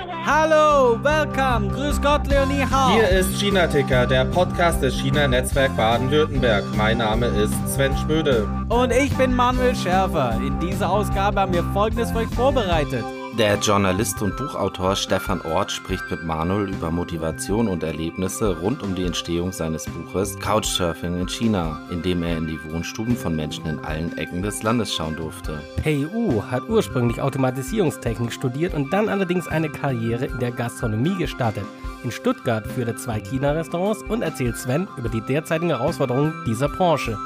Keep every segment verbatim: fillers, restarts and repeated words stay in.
Hallo, welcome, grüß Gott, Leonie Hau. Hier ist China-Ticker, der Podcast des China-Netzwerk Baden-Württemberg. Mein Name ist Sven Schmöde. Und ich bin Manuel Schärfer. In dieser Ausgabe haben wir Folgendes für euch vorbereitet. Der Journalist und Buchautor Stefan Ort spricht mit Manuel über Motivation und Erlebnisse rund um die Entstehung seines Buches Couchsurfing in China, in dem er in die Wohnstuben von Menschen in allen Ecken des Landes schauen durfte. Pei U hat ursprünglich Automatisierungstechnik studiert und dann allerdings eine Karriere in der Gastronomie gestartet. In Stuttgart führt er zwei China-Restaurants und erzählt Sven über die derzeitigen Herausforderungen dieser Branche.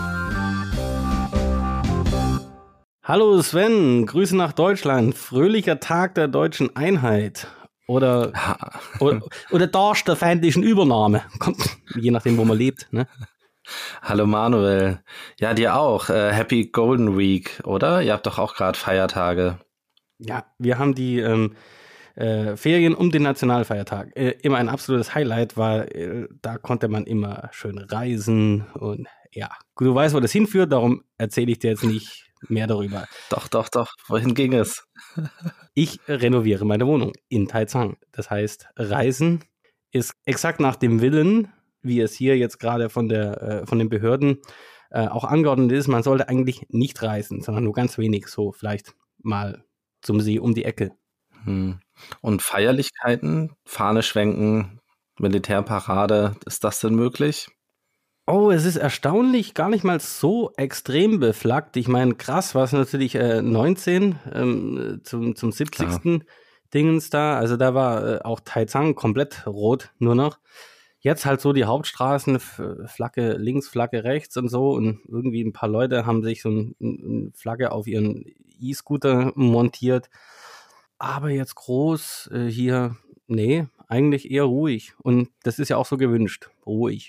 Hallo Sven, Grüße nach Deutschland. Fröhlicher Tag der deutschen Einheit. Oder, oder, oder Tag der feindlichen Übernahme. Kommt, je nachdem, wo man lebt. Ne? Hallo Manuel. Ja, dir auch. Äh, Happy Golden Week, oder? Ihr habt doch auch gerade Feiertage. Ja, wir haben die ähm, äh, Ferien um den Nationalfeiertag. Äh, immer ein absolutes Highlight, weil äh, da konnte man immer schön reisen. Und ja, du weißt, wo das hinführt, darum erzähle ich dir jetzt nicht mehr darüber. Doch, doch, doch. Wohin ging es? Ich renoviere meine Wohnung in Taizang. Das heißt, Reisen ist exakt nach dem Willen, wie es hier jetzt gerade von der äh, von den Behörden äh, auch angeordnet ist. Man sollte eigentlich nicht reisen, sondern nur ganz wenig, so vielleicht mal zum See um die Ecke. Hm. Und Feierlichkeiten, Fahne schwenken, Militärparade, ist das denn möglich? Oh, es ist erstaunlich gar nicht mal so extrem beflaggt. Ich meine, krass war es natürlich äh, neunzehn ähm, zum, zum siebzigsten Klar. Dingens da. Also da war äh, auch Taizang komplett rot nur noch. Jetzt halt so die Hauptstraßen, Flagge links, Flagge rechts und so. Und irgendwie ein paar Leute haben sich so eine ein Flagge auf ihren E-Scooter montiert. Aber jetzt groß äh, hier, nee, eigentlich eher ruhig. Und das ist ja auch so gewünscht, ruhig.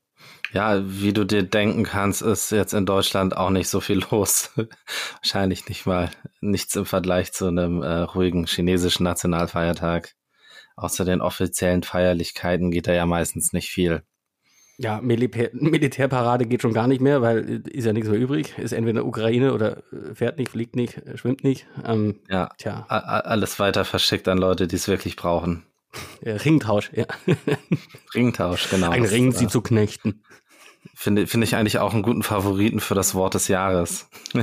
Ja, wie du dir denken kannst, ist jetzt in Deutschland auch nicht so viel los. Wahrscheinlich nicht mal nichts im Vergleich zu einem äh, ruhigen chinesischen Nationalfeiertag. Außer den offiziellen Feierlichkeiten geht da ja meistens nicht viel. Ja, Militär, Militärparade geht schon gar nicht mehr, weil ist ja nichts mehr übrig. Ist entweder Ukraine oder fährt nicht, fliegt nicht, schwimmt nicht. Ähm, ja, tja. A- alles weiter verschickt an Leute, die es wirklich brauchen. Ja, Ringtausch, ja. Ringtausch, genau. Ein Ring, sie äh, zu knechten. Finde, finde ich eigentlich auch einen guten Favoriten für das Wort des Jahres.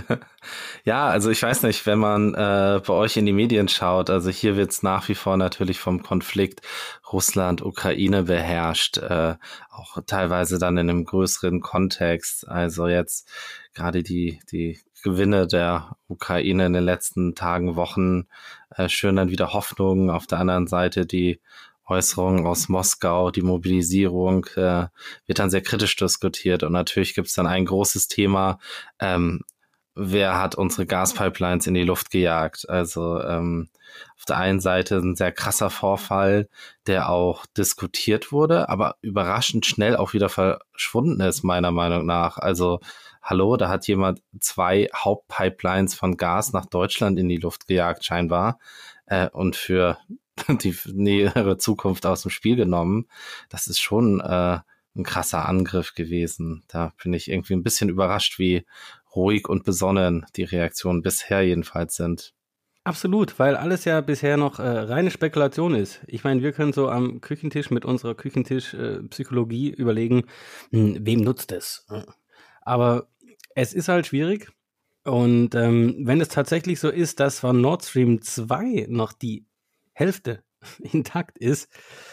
Ja, also ich weiß nicht, wenn man äh, bei euch in die Medien schaut, also hier wird es nach wie vor natürlich vom Konflikt Russland-Ukraine beherrscht, äh, auch teilweise dann in einem größeren Kontext. Also jetzt gerade die, die Gewinne der Ukraine in den letzten Tagen, Wochen, äh, schön dann wieder Hoffnung. Auf der anderen Seite die Äußerungen aus Moskau, die Mobilisierung äh, wird dann sehr kritisch diskutiert. Und natürlich gibt es dann ein großes Thema, ähm, wer hat unsere Gaspipelines in die Luft gejagt? Also ähm, auf der einen Seite ein sehr krasser Vorfall, der auch diskutiert wurde, aber überraschend schnell auch wieder verschwunden ist, meiner Meinung nach. Also hallo, da hat jemand zwei Hauptpipelines von Gas nach Deutschland in die Luft gejagt, scheinbar, äh, und für die nähere Zukunft aus dem Spiel genommen. Das ist schon äh, ein krasser Angriff gewesen. Da bin ich irgendwie ein bisschen überrascht, wie ruhig und besonnen die Reaktionen bisher jedenfalls sind. Absolut, weil alles ja bisher noch äh, reine Spekulation ist. Ich meine, wir können so am Küchentisch mit unserer Küchentisch-Psychologie äh, überlegen, mh, wem nutzt es? Aber es ist halt schwierig. Und ähm, wenn es tatsächlich so ist, dass von Nord Stream zwei noch die Hälfte intakt ist,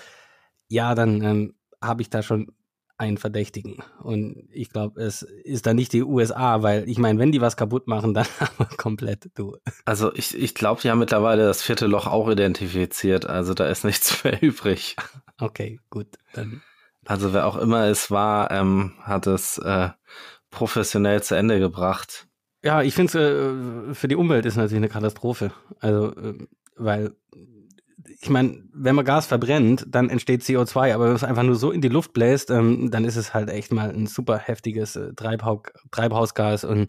ja, dann ähm, habe ich da schon einen Verdächtigen. Und ich glaube, es ist dann nicht die U S A, weil ich meine, wenn die was kaputt machen, dann haben wir komplett du. Also ich, ich glaube, die haben mittlerweile das vierte Loch auch identifiziert. Also da ist nichts mehr übrig. Okay, gut. Dann. Also wer auch immer es war, ähm, hat es äh, professionell zu Ende gebracht. Ja, ich finde es äh, für die Umwelt ist natürlich eine Katastrophe. Also, äh, weil ich meine, wenn man Gas verbrennt, dann entsteht C O zwei, aber wenn man es einfach nur so in die Luft bläst, ähm, dann ist es halt echt mal ein super heftiges äh, Treibhaus- Treibhausgas und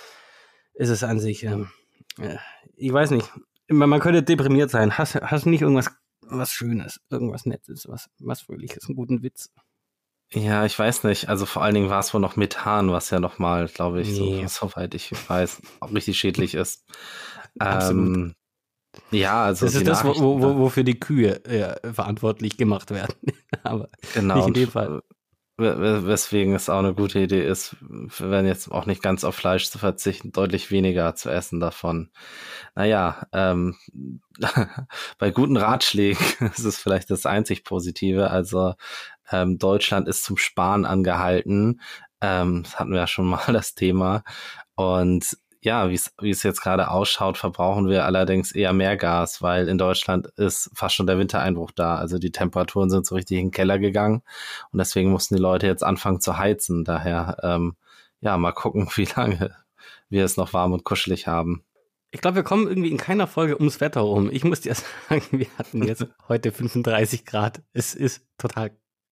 ist es an sich, ähm, äh, ich weiß nicht, man, man könnte deprimiert sein. Hast du nicht irgendwas was Schönes, irgendwas Nettes, was, was Fröhliches, einen guten Witz? Ja, ich weiß nicht. Also vor allen Dingen war es wohl noch Methan, was ja nochmal, glaube ich, Nee. so, soweit ich weiß, auch richtig schädlich ist. Absolut. Ähm, Ja, also das ist das, wo, wo, wofür die Kühe ja, verantwortlich gemacht werden. Aber genau, nicht in dem Fall. Weswegen es auch eine gute Idee ist, wenn jetzt auch nicht ganz auf Fleisch zu verzichten, deutlich weniger zu essen davon. Naja, ähm, bei guten Ratschlägen ist es vielleicht das einzig Positive. Also ähm, Deutschland ist zum Sparen angehalten. Ähm, das hatten wir ja schon mal das Thema. Und ja, wie es wie es jetzt gerade ausschaut, verbrauchen wir allerdings eher mehr Gas, weil in Deutschland ist fast schon der Wintereinbruch da. Also die Temperaturen sind so richtig in den Keller gegangen und deswegen mussten die Leute jetzt anfangen zu heizen. Daher, ähm, ja, mal gucken, wie lange wir es noch warm und kuschelig haben. Ich glaube, wir kommen irgendwie in keiner Folge ums Wetter rum. Ich muss dir sagen, wir hatten jetzt heute fünfunddreißig Grad. Es ist total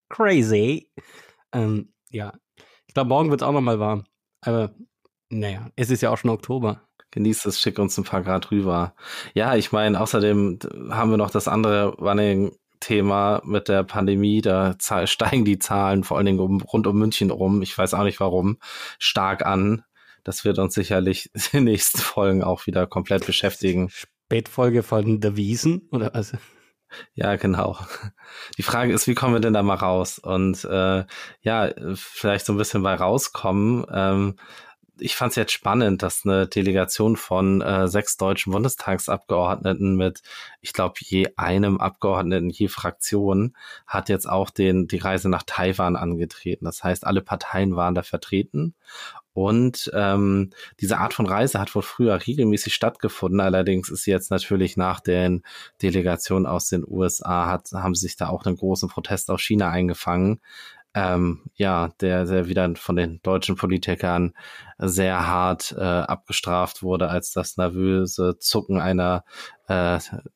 crazy. Ähm, ja, ich glaube, morgen wird es auch noch mal warm. Aber naja, es ist ja auch schon Oktober. Genießt es, schick uns ein paar Grad rüber. Ja, ich meine, außerdem haben wir noch das andere Running-Thema mit der Pandemie. Da steigen die Zahlen vor allen Dingen um, rund um München rum. Ich weiß auch nicht warum. Stark an. Das wird uns sicherlich in den nächsten Folgen auch wieder komplett beschäftigen. Spätfolge von der Wiesen oder was? Ja, genau. Die Frage ist, wie kommen wir denn da mal raus? Und äh, ja, vielleicht so ein bisschen bei rauskommen. Ähm, Ich fand es jetzt spannend, dass eine Delegation von äh, sechs deutschen Bundestagsabgeordneten mit, ich glaube, je einem Abgeordneten, je Fraktion, hat jetzt auch den die Reise nach Taiwan angetreten. Das heißt, alle Parteien waren da vertreten. Und ähm, diese Art von Reise hat wohl früher regelmäßig stattgefunden. Allerdings ist sie jetzt natürlich nach den Delegationen aus den U S A, hat, haben sich da auch einen großen Protest aus China eingefangen. Ähm, ja, der, der wieder von den deutschen Politikern sehr hart äh, abgestraft wurde als das nervöse Zucken einer äh,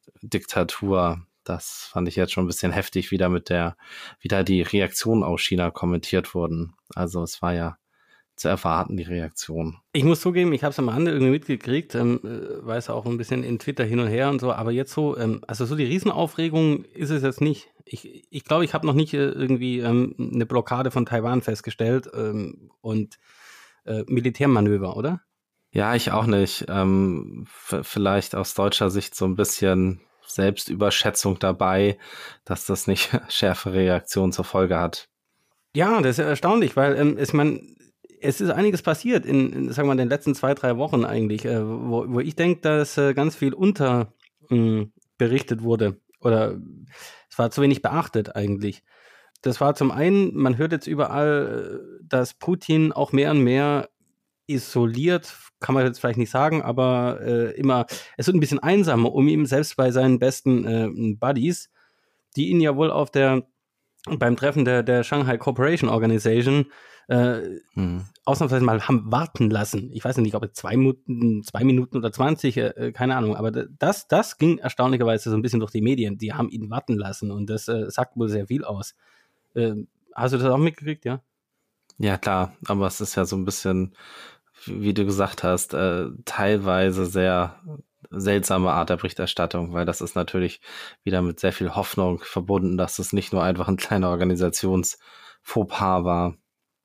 Diktatur. Das fand ich jetzt schon ein bisschen heftig, wie da mit der, wie da die Reaktionen aus China kommentiert wurden. Also es war ja zu erwarten, die Reaktion. Ich muss zugeben, ich habe es am Rande irgendwie mitgekriegt, ähm, weiß auch ein bisschen in Twitter hin und her und so, aber jetzt so, ähm, also so die Riesenaufregung ist es jetzt nicht. Ich ich, glaube, ich habe noch nicht äh, irgendwie ähm, eine Blockade von Taiwan festgestellt ähm, und äh, Militärmanöver, oder? Ja, ich auch nicht. Ähm, f- vielleicht aus deutscher Sicht so ein bisschen Selbstüberschätzung dabei, dass das nicht schärfere Reaktionen zur Folge hat. Ja, das ist ja erstaunlich, weil ähm, ich meine, es ist einiges passiert in, in, sagen wir mal, den letzten zwei, drei Wochen eigentlich, äh, wo, wo ich denke, dass äh, ganz viel unter mh, berichtet wurde oder es war zu wenig beachtet eigentlich. Das war zum einen, man hört jetzt überall, äh, dass Putin auch mehr und mehr isoliert, kann man jetzt vielleicht nicht sagen, aber äh, immer, es wird ein bisschen einsamer um ihn, selbst bei seinen besten äh, Buddies, die ihn ja wohl auf der beim Treffen der, der Shanghai Cooperation Organization äh, hm. ausnahmsweise mal haben warten lassen. Ich weiß nicht, ob es zwei Minuten, zwei Minuten oder zwanzig, äh, keine Ahnung, aber das, das ging erstaunlicherweise so ein bisschen durch die Medien. Die haben ihn warten lassen und das äh, sagt wohl sehr viel aus. Äh, hast du das auch mitgekriegt, ja? Ja, klar, aber es ist ja so ein bisschen, wie du gesagt hast, äh, teilweise sehr seltsame Art der Berichterstattung, weil das ist natürlich wieder mit sehr viel Hoffnung verbunden, dass es nicht nur einfach ein kleiner Organisationsfauxpas war.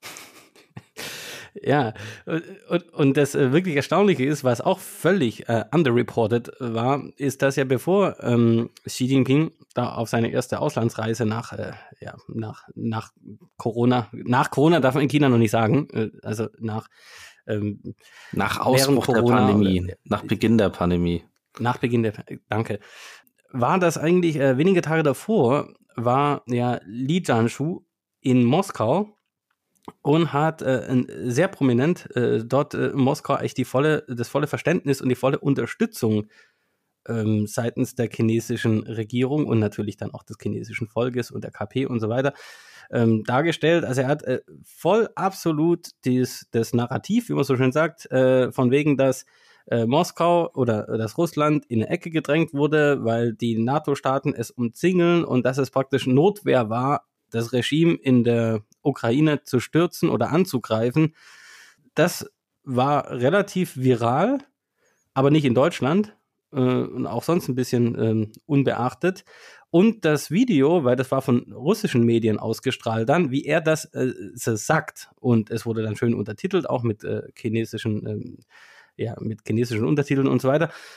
Ja, und, und das äh, wirklich Erstaunliche ist, was auch völlig äh, underreported war, ist, dass ja bevor ähm, Xi Jinping da auf seine erste Auslandsreise nach, äh, ja, nach, nach Corona, nach Corona darf man in China noch nicht sagen, äh, also nach ähm, nach Ausbruch der Pandemie, oder, nach Beginn der Pandemie. Nach Beginn der, danke. War das eigentlich, äh, wenige Tage davor, war ja Li Zhanshu in Moskau und hat äh, sehr prominent äh, dort äh, in Moskau echt die volle, das volle Verständnis und die volle Unterstützung ähm, seitens der chinesischen Regierung und natürlich dann auch des chinesischen Volkes und der K P und so weiter ähm, dargestellt. Also er hat äh, voll absolut dies, das Narrativ, wie man so schön sagt, äh, von wegen, dass äh, Moskau oder äh, dass Russland in eine Ecke gedrängt wurde, weil die NATO-Staaten es umzingeln und dass es praktisch Notwehr war, das Regime in der Ukraine zu stürzen oder anzugreifen. Das war relativ viral, aber nicht in Deutschland äh, und auch sonst ein bisschen ähm, unbeachtet. Und das Video, weil das war von russischen Medien ausgestrahlt dann, wie er das äh, sagt. Und es wurde dann schön untertitelt, auch mit äh, chinesischen, ähm, ja, mit chinesischen Untertiteln und so weiter.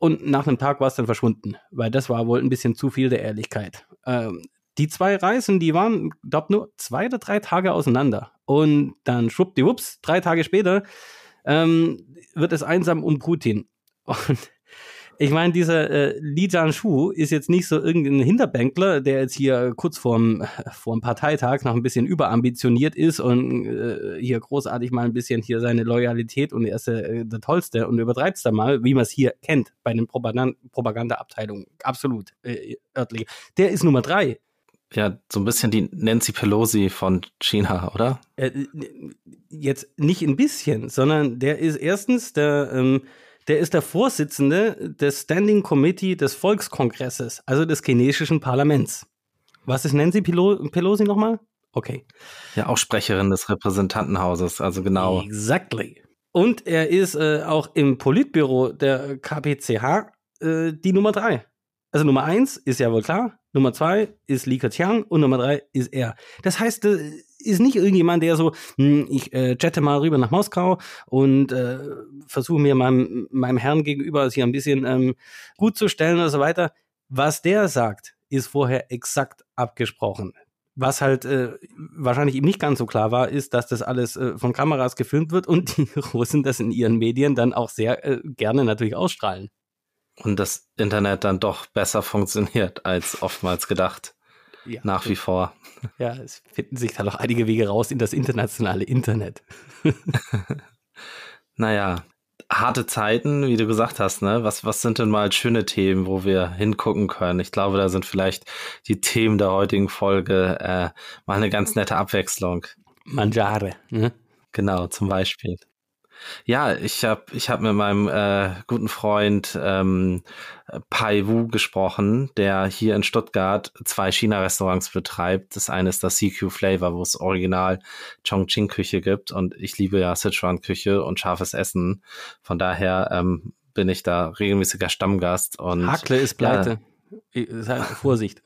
und nach einem Tag war es dann verschwunden, weil das war wohl ein bisschen zu viel der Ehrlichkeit. Ähm, die zwei Reisen, die waren, glaube nur zwei oder drei Tage auseinander. Und dann schwuppdiwupps, drei Tage später ähm, wird es einsam um Putin. Und ich meine, dieser äh, Li Jianshu ist jetzt nicht so irgendein Hinterbänkler, der jetzt hier kurz vorm, vorm Parteitag noch ein bisschen überambitioniert ist und äh, hier großartig mal ein bisschen hier seine Loyalität und er ist äh, der Tollste und übertreibt es da mal, wie man es hier kennt bei den Propagand- Propaganda-Abteilungen. Absolut äh, örtlich. Der ist Nummer drei. Ja, so ein bisschen die Nancy Pelosi von China, oder? Äh, jetzt nicht ein bisschen, sondern der ist erstens der... Ähm, Der ist der Vorsitzende des Standing Committee des Volkskongresses, also des chinesischen Parlaments. Was ist Nancy Pelo- Pelosi nochmal? Okay. Ja, auch Sprecherin des Repräsentantenhauses, also genau. Exactly. Und er ist äh, auch im Politbüro der K P C H äh, die Nummer drei. Also Nummer eins ist ja wohl klar, Nummer zwei ist Li Keqiang und Nummer drei ist er. Das heißt, äh, ist nicht irgendjemand, der so, hm, ich äh, jette mal rüber nach Moskau und äh, versuche mir meinem, meinem Herrn gegenüber hier ein bisschen ähm, gut zu stellen oder so weiter. Was der sagt, ist vorher exakt abgesprochen. Was halt äh, wahrscheinlich ihm nicht ganz so klar war, ist, dass das alles äh, von Kameras gefilmt wird und die Russen das in ihren Medien dann auch sehr äh, gerne natürlich ausstrahlen. Und das Internet dann doch besser funktioniert als oftmals gedacht. Ja. Nach wie vor. Ja, es finden sich da noch einige Wege raus in das internationale Internet. Naja, harte Zeiten, wie du gesagt hast, ne? Was, was sind denn mal schöne Themen, wo wir hingucken können? Ich glaube, da sind vielleicht die Themen der heutigen Folge äh, mal eine ganz nette Abwechslung. Mangiare, ne? Genau, zum Beispiel. Ja, ich habe ich hab mit meinem äh, guten Freund ähm, Pai Wu gesprochen, der hier in Stuttgart zwei China-Restaurants betreibt. Das eine ist das C Q Flavor, wo es original Chongqing-Küche gibt und ich liebe ja Sichuan-Küche und scharfes Essen. Von daher ähm, bin ich da regelmäßiger Stammgast. Und Hakle ist pleite. Ja. Vorsicht.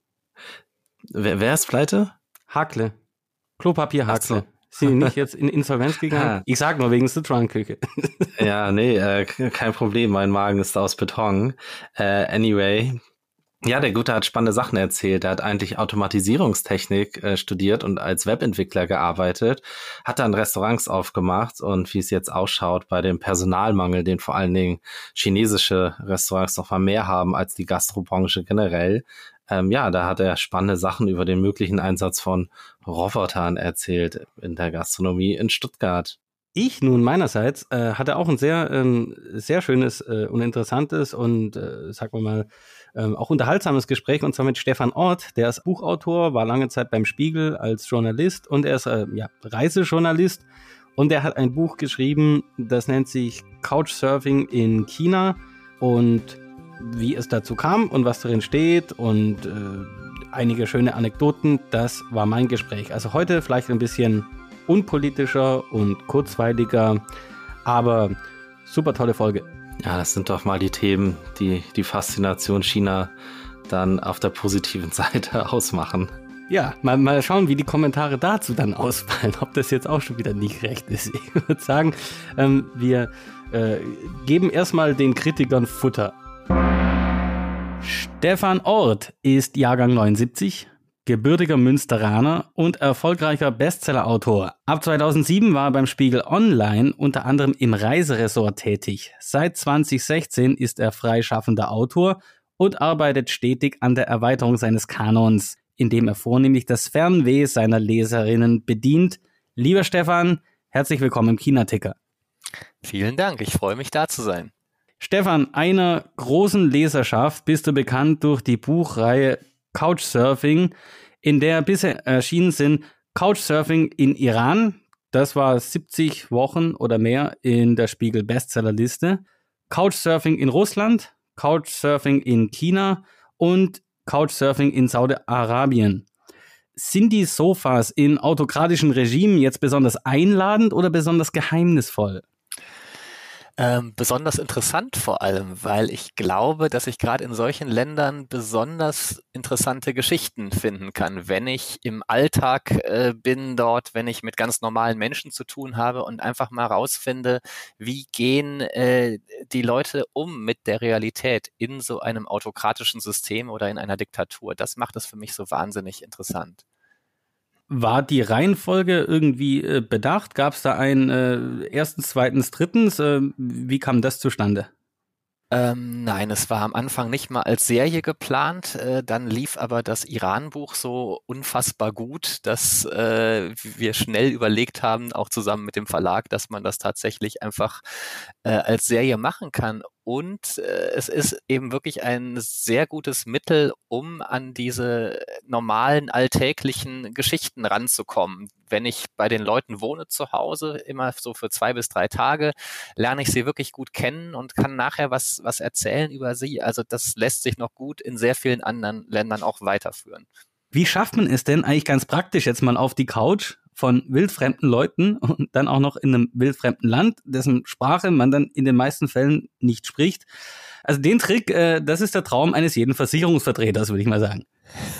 Wer, wer ist pleite? Hakle. Klopapier Hakle. So. Sind die nicht jetzt in Insolvenz gegangen? Ah. Ich sag nur wegen Sichuan-Küche. Ja, nee, äh, kein Problem. Mein Magen ist aus Beton. Äh, anyway, ja, der Gute hat spannende Sachen erzählt. Er hat eigentlich Automatisierungstechnik äh, studiert und als Webentwickler gearbeitet, hat dann Restaurants aufgemacht und wie es jetzt ausschaut bei dem Personalmangel, den vor allen Dingen chinesische Restaurants noch mal mehr haben als die Gastrobranche generell. Ähm, ja, da hat er spannende Sachen über den möglichen Einsatz von Robotern erzählt in der Gastronomie in Stuttgart. Ich nun meinerseits äh, hatte auch ein sehr, ähm, sehr schönes äh, und interessantes und, äh, sagen wir mal, ähm, auch unterhaltsames Gespräch, und zwar mit Stefan Ort. Der ist Buchautor, war lange Zeit beim Spiegel als Journalist und er ist äh, ja, Reisejournalist und er hat ein Buch geschrieben, das nennt sich Couchsurfing in China und wie es dazu kam und was darin steht und äh, einige schöne Anekdoten, das war mein Gespräch. Also heute vielleicht ein bisschen unpolitischer und kurzweiliger, aber super tolle Folge. Ja, das sind doch mal die Themen, die die Faszination China dann auf der positiven Seite ausmachen. Ja, mal, mal schauen, wie die Kommentare dazu dann ausfallen, ob das jetzt auch schon wieder nicht recht ist. Ich würde sagen, ähm, wir äh, geben erstmal den Kritikern Futter. Stefan Ort ist Jahrgang neunundsiebzig, gebürtiger Münsteraner und erfolgreicher Bestsellerautor. Ab zweitausendsieben war er beim Spiegel Online unter anderem im Reiseressort tätig. Seit zweitausendsechzehn ist er freischaffender Autor und arbeitet stetig an der Erweiterung seines Kanons, indem er vornehmlich das Fernweh seiner Leserinnen bedient. Lieber Stefan, herzlich willkommen im China-Ticker. Vielen Dank, ich freue mich, da zu sein. Stefan, einer großen Leserschaft bist du bekannt durch die Buchreihe Couchsurfing, in der bisher erschienen sind Couchsurfing in Iran, das war siebzig Wochen oder mehr in der Spiegel Bestsellerliste, Couchsurfing in Russland, Couchsurfing in China und Couchsurfing in Saudi-Arabien. Sind die Sofas in autokratischen Regimen jetzt besonders einladend oder besonders geheimnisvoll? Ähm, besonders interessant vor allem, weil ich glaube, dass ich gerade in solchen Ländern besonders interessante Geschichten finden kann, wenn ich im Alltag äh, bin dort, wenn ich mit ganz normalen Menschen zu tun habe und einfach mal rausfinde, wie gehen äh, die Leute um mit der Realität in so einem autokratischen System oder in einer Diktatur. Das macht es für mich so wahnsinnig interessant. War die Reihenfolge irgendwie äh, bedacht? Gab es da einen äh, erstens, zweitens, drittens? Äh, wie kam das zustande? Ähm, nein, es war am Anfang nicht mal als Serie geplant, äh, dann lief aber das Iran-Buch so unfassbar gut, dass äh, wir schnell überlegt haben, auch zusammen mit dem Verlag, dass man das tatsächlich einfach äh, als Serie machen kann. Und äh, es ist eben wirklich ein sehr gutes Mittel, um an diese normalen, alltäglichen Geschichten ranzukommen. Wenn ich bei den Leuten wohne zu Hause, immer so für zwei bis drei Tage, lerne ich sie wirklich gut kennen und kann nachher was, was erzählen über sie. Also das lässt sich noch gut in sehr vielen anderen Ländern auch weiterführen. Wie schafft man es denn eigentlich ganz praktisch jetzt mal auf die Couch von wildfremden Leuten und dann auch noch in einem wildfremden Land, dessen Sprache man dann in den meisten Fällen nicht spricht? Also den Trick, äh, das ist der Traum eines jeden Versicherungsvertreters, würde ich mal sagen.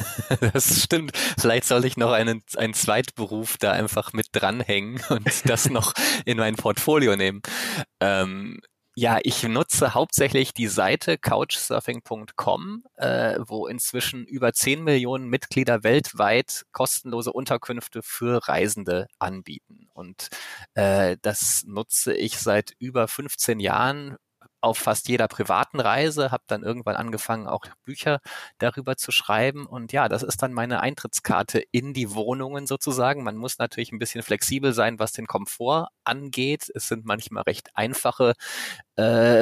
Das stimmt. Vielleicht soll ich noch einen, einen Zweitberuf da einfach mit dranhängen und das noch in mein Portfolio nehmen. Ähm, Ja, ich nutze hauptsächlich die Seite couchsurfing punkt com, äh, wo inzwischen über zehn Millionen Mitglieder weltweit kostenlose Unterkünfte für Reisende anbieten. Und äh, das nutze ich seit über fünfzehn Jahren auf fast jeder privaten Reise, habe dann irgendwann angefangen, auch Bücher darüber zu schreiben. Und ja, das ist dann meine Eintrittskarte in die Wohnungen sozusagen. Man muss natürlich ein bisschen flexibel sein, was den Komfort angeht. Es sind manchmal recht einfache äh,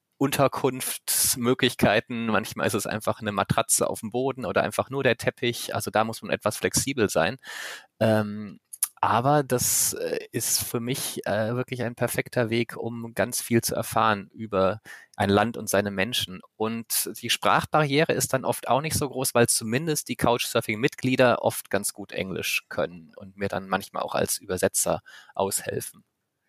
Unterkunftsmöglichkeiten. Manchmal ist es einfach eine Matratze auf dem Boden oder einfach nur der Teppich. Also da muss man etwas flexibel sein. Ähm, Aber das ist für mich äh, wirklich ein perfekter Weg, um ganz viel zu erfahren über ein Land und seine Menschen. Und die Sprachbarriere ist dann oft auch nicht so groß, weil zumindest die Couchsurfing-Mitglieder oft ganz gut Englisch können und mir dann manchmal auch als Übersetzer aushelfen.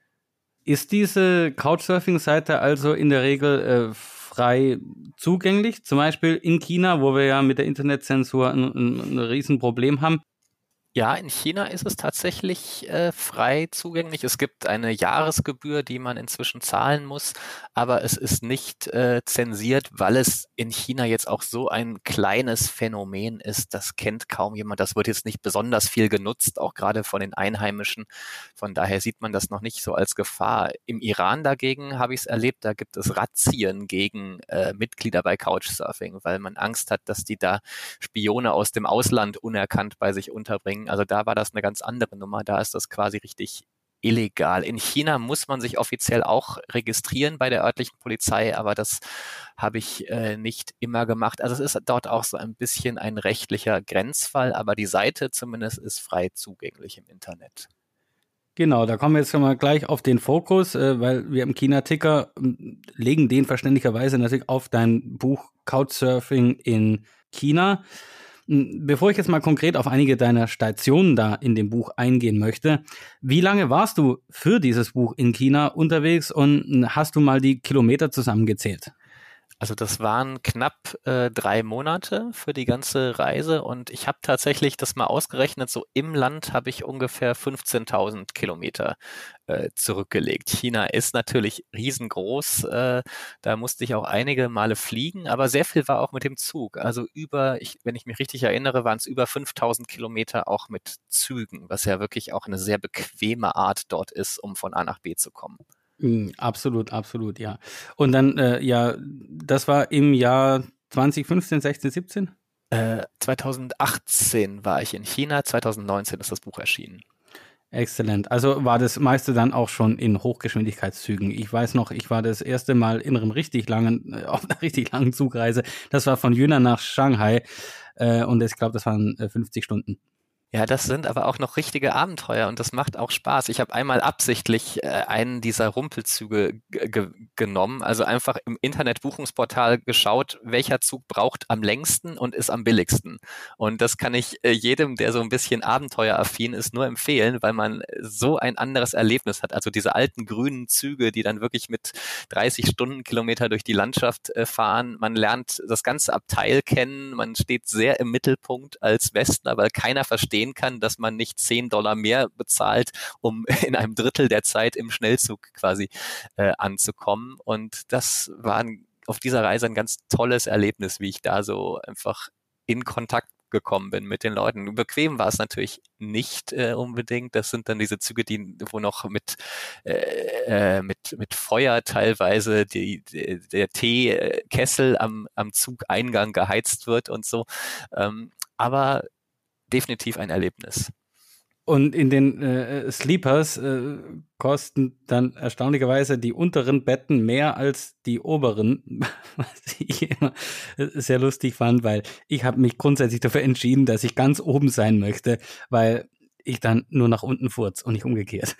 Ist diese Couchsurfing-Seite also in der Regel äh, frei zugänglich? Zum Beispiel in China, wo wir ja mit der Internetzensur ein, ein, ein Riesenproblem haben. Ja, in China ist es tatsächlich äh, frei zugänglich. Es gibt eine Jahresgebühr, die man inzwischen zahlen muss, aber es ist nicht äh, zensiert, weil es in China jetzt auch so ein kleines Phänomen ist. Das kennt kaum jemand. Das wird jetzt nicht besonders viel genutzt, auch gerade von den Einheimischen. Von daher sieht man das noch nicht so als Gefahr. Im Iran dagegen habe ich es erlebt, da gibt es Razzien gegen äh, Mitglieder bei Couchsurfing, weil man Angst hat, dass die da Spione aus dem Ausland unerkannt bei sich unterbringen. Also da war das eine ganz andere Nummer, da ist das quasi richtig illegal. In China muss man sich offiziell auch registrieren bei der örtlichen Polizei, aber das habe ich äh, nicht immer gemacht. Also es ist dort auch so ein bisschen ein rechtlicher Grenzfall, aber die Seite zumindest ist frei zugänglich im Internet. Genau, da kommen wir jetzt schon mal gleich auf den Fokus, äh, weil wir im China-Ticker äh, legen den verständlicherweise natürlich auf dein Buch Couchsurfing in China. Bevor ich jetzt mal konkret auf einige deiner Stationen da in dem Buch eingehen möchte, wie lange warst du für dieses Buch in China unterwegs und hast du mal die Kilometer zusammengezählt? Also das waren knapp äh, drei Monate für die ganze Reise und ich habe tatsächlich das mal ausgerechnet, so im Land habe ich ungefähr fünfzehntausend Kilometer äh, zurückgelegt. China ist natürlich riesengroß, äh, da musste ich auch einige Male fliegen, aber sehr viel war auch mit dem Zug. Also über, ich, wenn ich mich richtig erinnere, waren es über fünftausend Kilometer auch mit Zügen, was ja wirklich auch eine sehr bequeme Art dort ist, um von A nach B zu kommen. Absolut, absolut, ja. Und dann, äh, ja, das war im Jahr zwanzig fünfzehn, sechzehn, siebzehn? Äh, zweitausendachtzehn war ich in China, zweitausendneunzehn ist das Buch erschienen. Exzellent. Also war das meiste dann auch schon in Hochgeschwindigkeitszügen. Ich weiß noch, ich war das erste Mal in einem richtig langen, auf einer richtig langen Zugreise. Das war von Yunnan nach Shanghai äh, und ich glaube, das waren äh, fünfzig Stunden. Ja, das sind aber auch noch richtige Abenteuer und das macht auch Spaß. Ich habe einmal absichtlich äh, einen dieser Rumpelzüge g- g- genommen, also einfach im Internetbuchungsportal geschaut, welcher Zug braucht am längsten und ist am billigsten. Und das kann ich äh, jedem, der so ein bisschen abenteueraffin ist, nur empfehlen, weil man so ein anderes Erlebnis hat. Also diese alten grünen Züge, die dann wirklich mit dreißig Stundenkilometer durch die Landschaft äh, fahren. Man lernt das ganze Abteil kennen, man steht sehr im Mittelpunkt als Westler, weil keiner verstehen kann, dass man nicht zehn Dollar mehr bezahlt, um in einem Drittel der Zeit im Schnellzug quasi äh, anzukommen. Und das war ein, auf dieser Reise ein ganz tolles Erlebnis, wie ich da so einfach in Kontakt gekommen bin mit den Leuten. Bequem war es natürlich nicht äh, unbedingt. Das sind dann diese Züge, die wo noch mit äh, mit mit Feuer teilweise die, die, der Teekessel am am Zugeingang geheizt wird und so. Ähm, aber definitiv ein Erlebnis. Und in den äh, Sleepers äh, kosten dann erstaunlicherweise die unteren Betten mehr als die oberen, was ich immer sehr lustig fand, weil ich habe mich grundsätzlich dafür entschieden, dass ich ganz oben sein möchte, weil ich dann nur nach unten furz und nicht umgekehrt.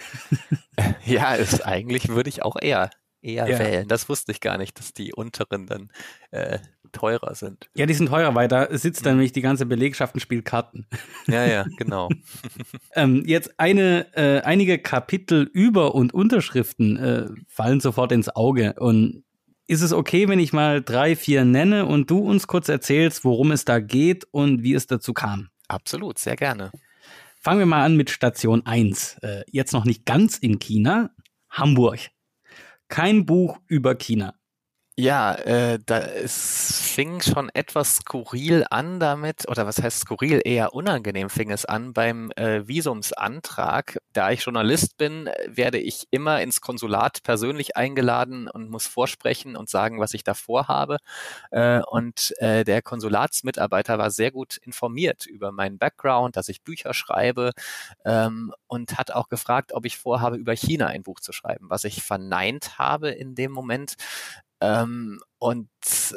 Ja, ist, eigentlich würde ich auch eher eher Ja. wählen. Das wusste ich gar nicht, dass die unteren dann äh, teurer sind. Ja, die sind teurer, weil da sitzt dann nämlich die ganze Belegschaft und spielt Karten. Ja, ja, genau. Ähm, jetzt eine, äh, einige Kapitel über und Unterschriften äh, fallen sofort ins Auge. Und ist es okay, wenn ich mal drei, vier nenne und du uns kurz erzählst, worum es da geht und wie es dazu kam? Absolut, sehr gerne. Fangen wir mal an mit Station eins. Äh, jetzt noch nicht ganz in China, Hamburg. Kein Buch über China. Ja, äh, da es fing schon etwas skurril an damit, oder was heißt skurril, eher unangenehm fing es an beim äh, Visumsantrag. Da ich Journalist bin, werde ich immer ins Konsulat persönlich eingeladen und muss vorsprechen und sagen, was ich da vorhabe. Äh, und äh, der Konsulatsmitarbeiter war sehr gut informiert über meinen Background, dass ich Bücher schreibe, ähm, und hat auch gefragt, ob ich vorhabe, über China ein Buch zu schreiben, was ich verneint habe in dem Moment. Ähm, und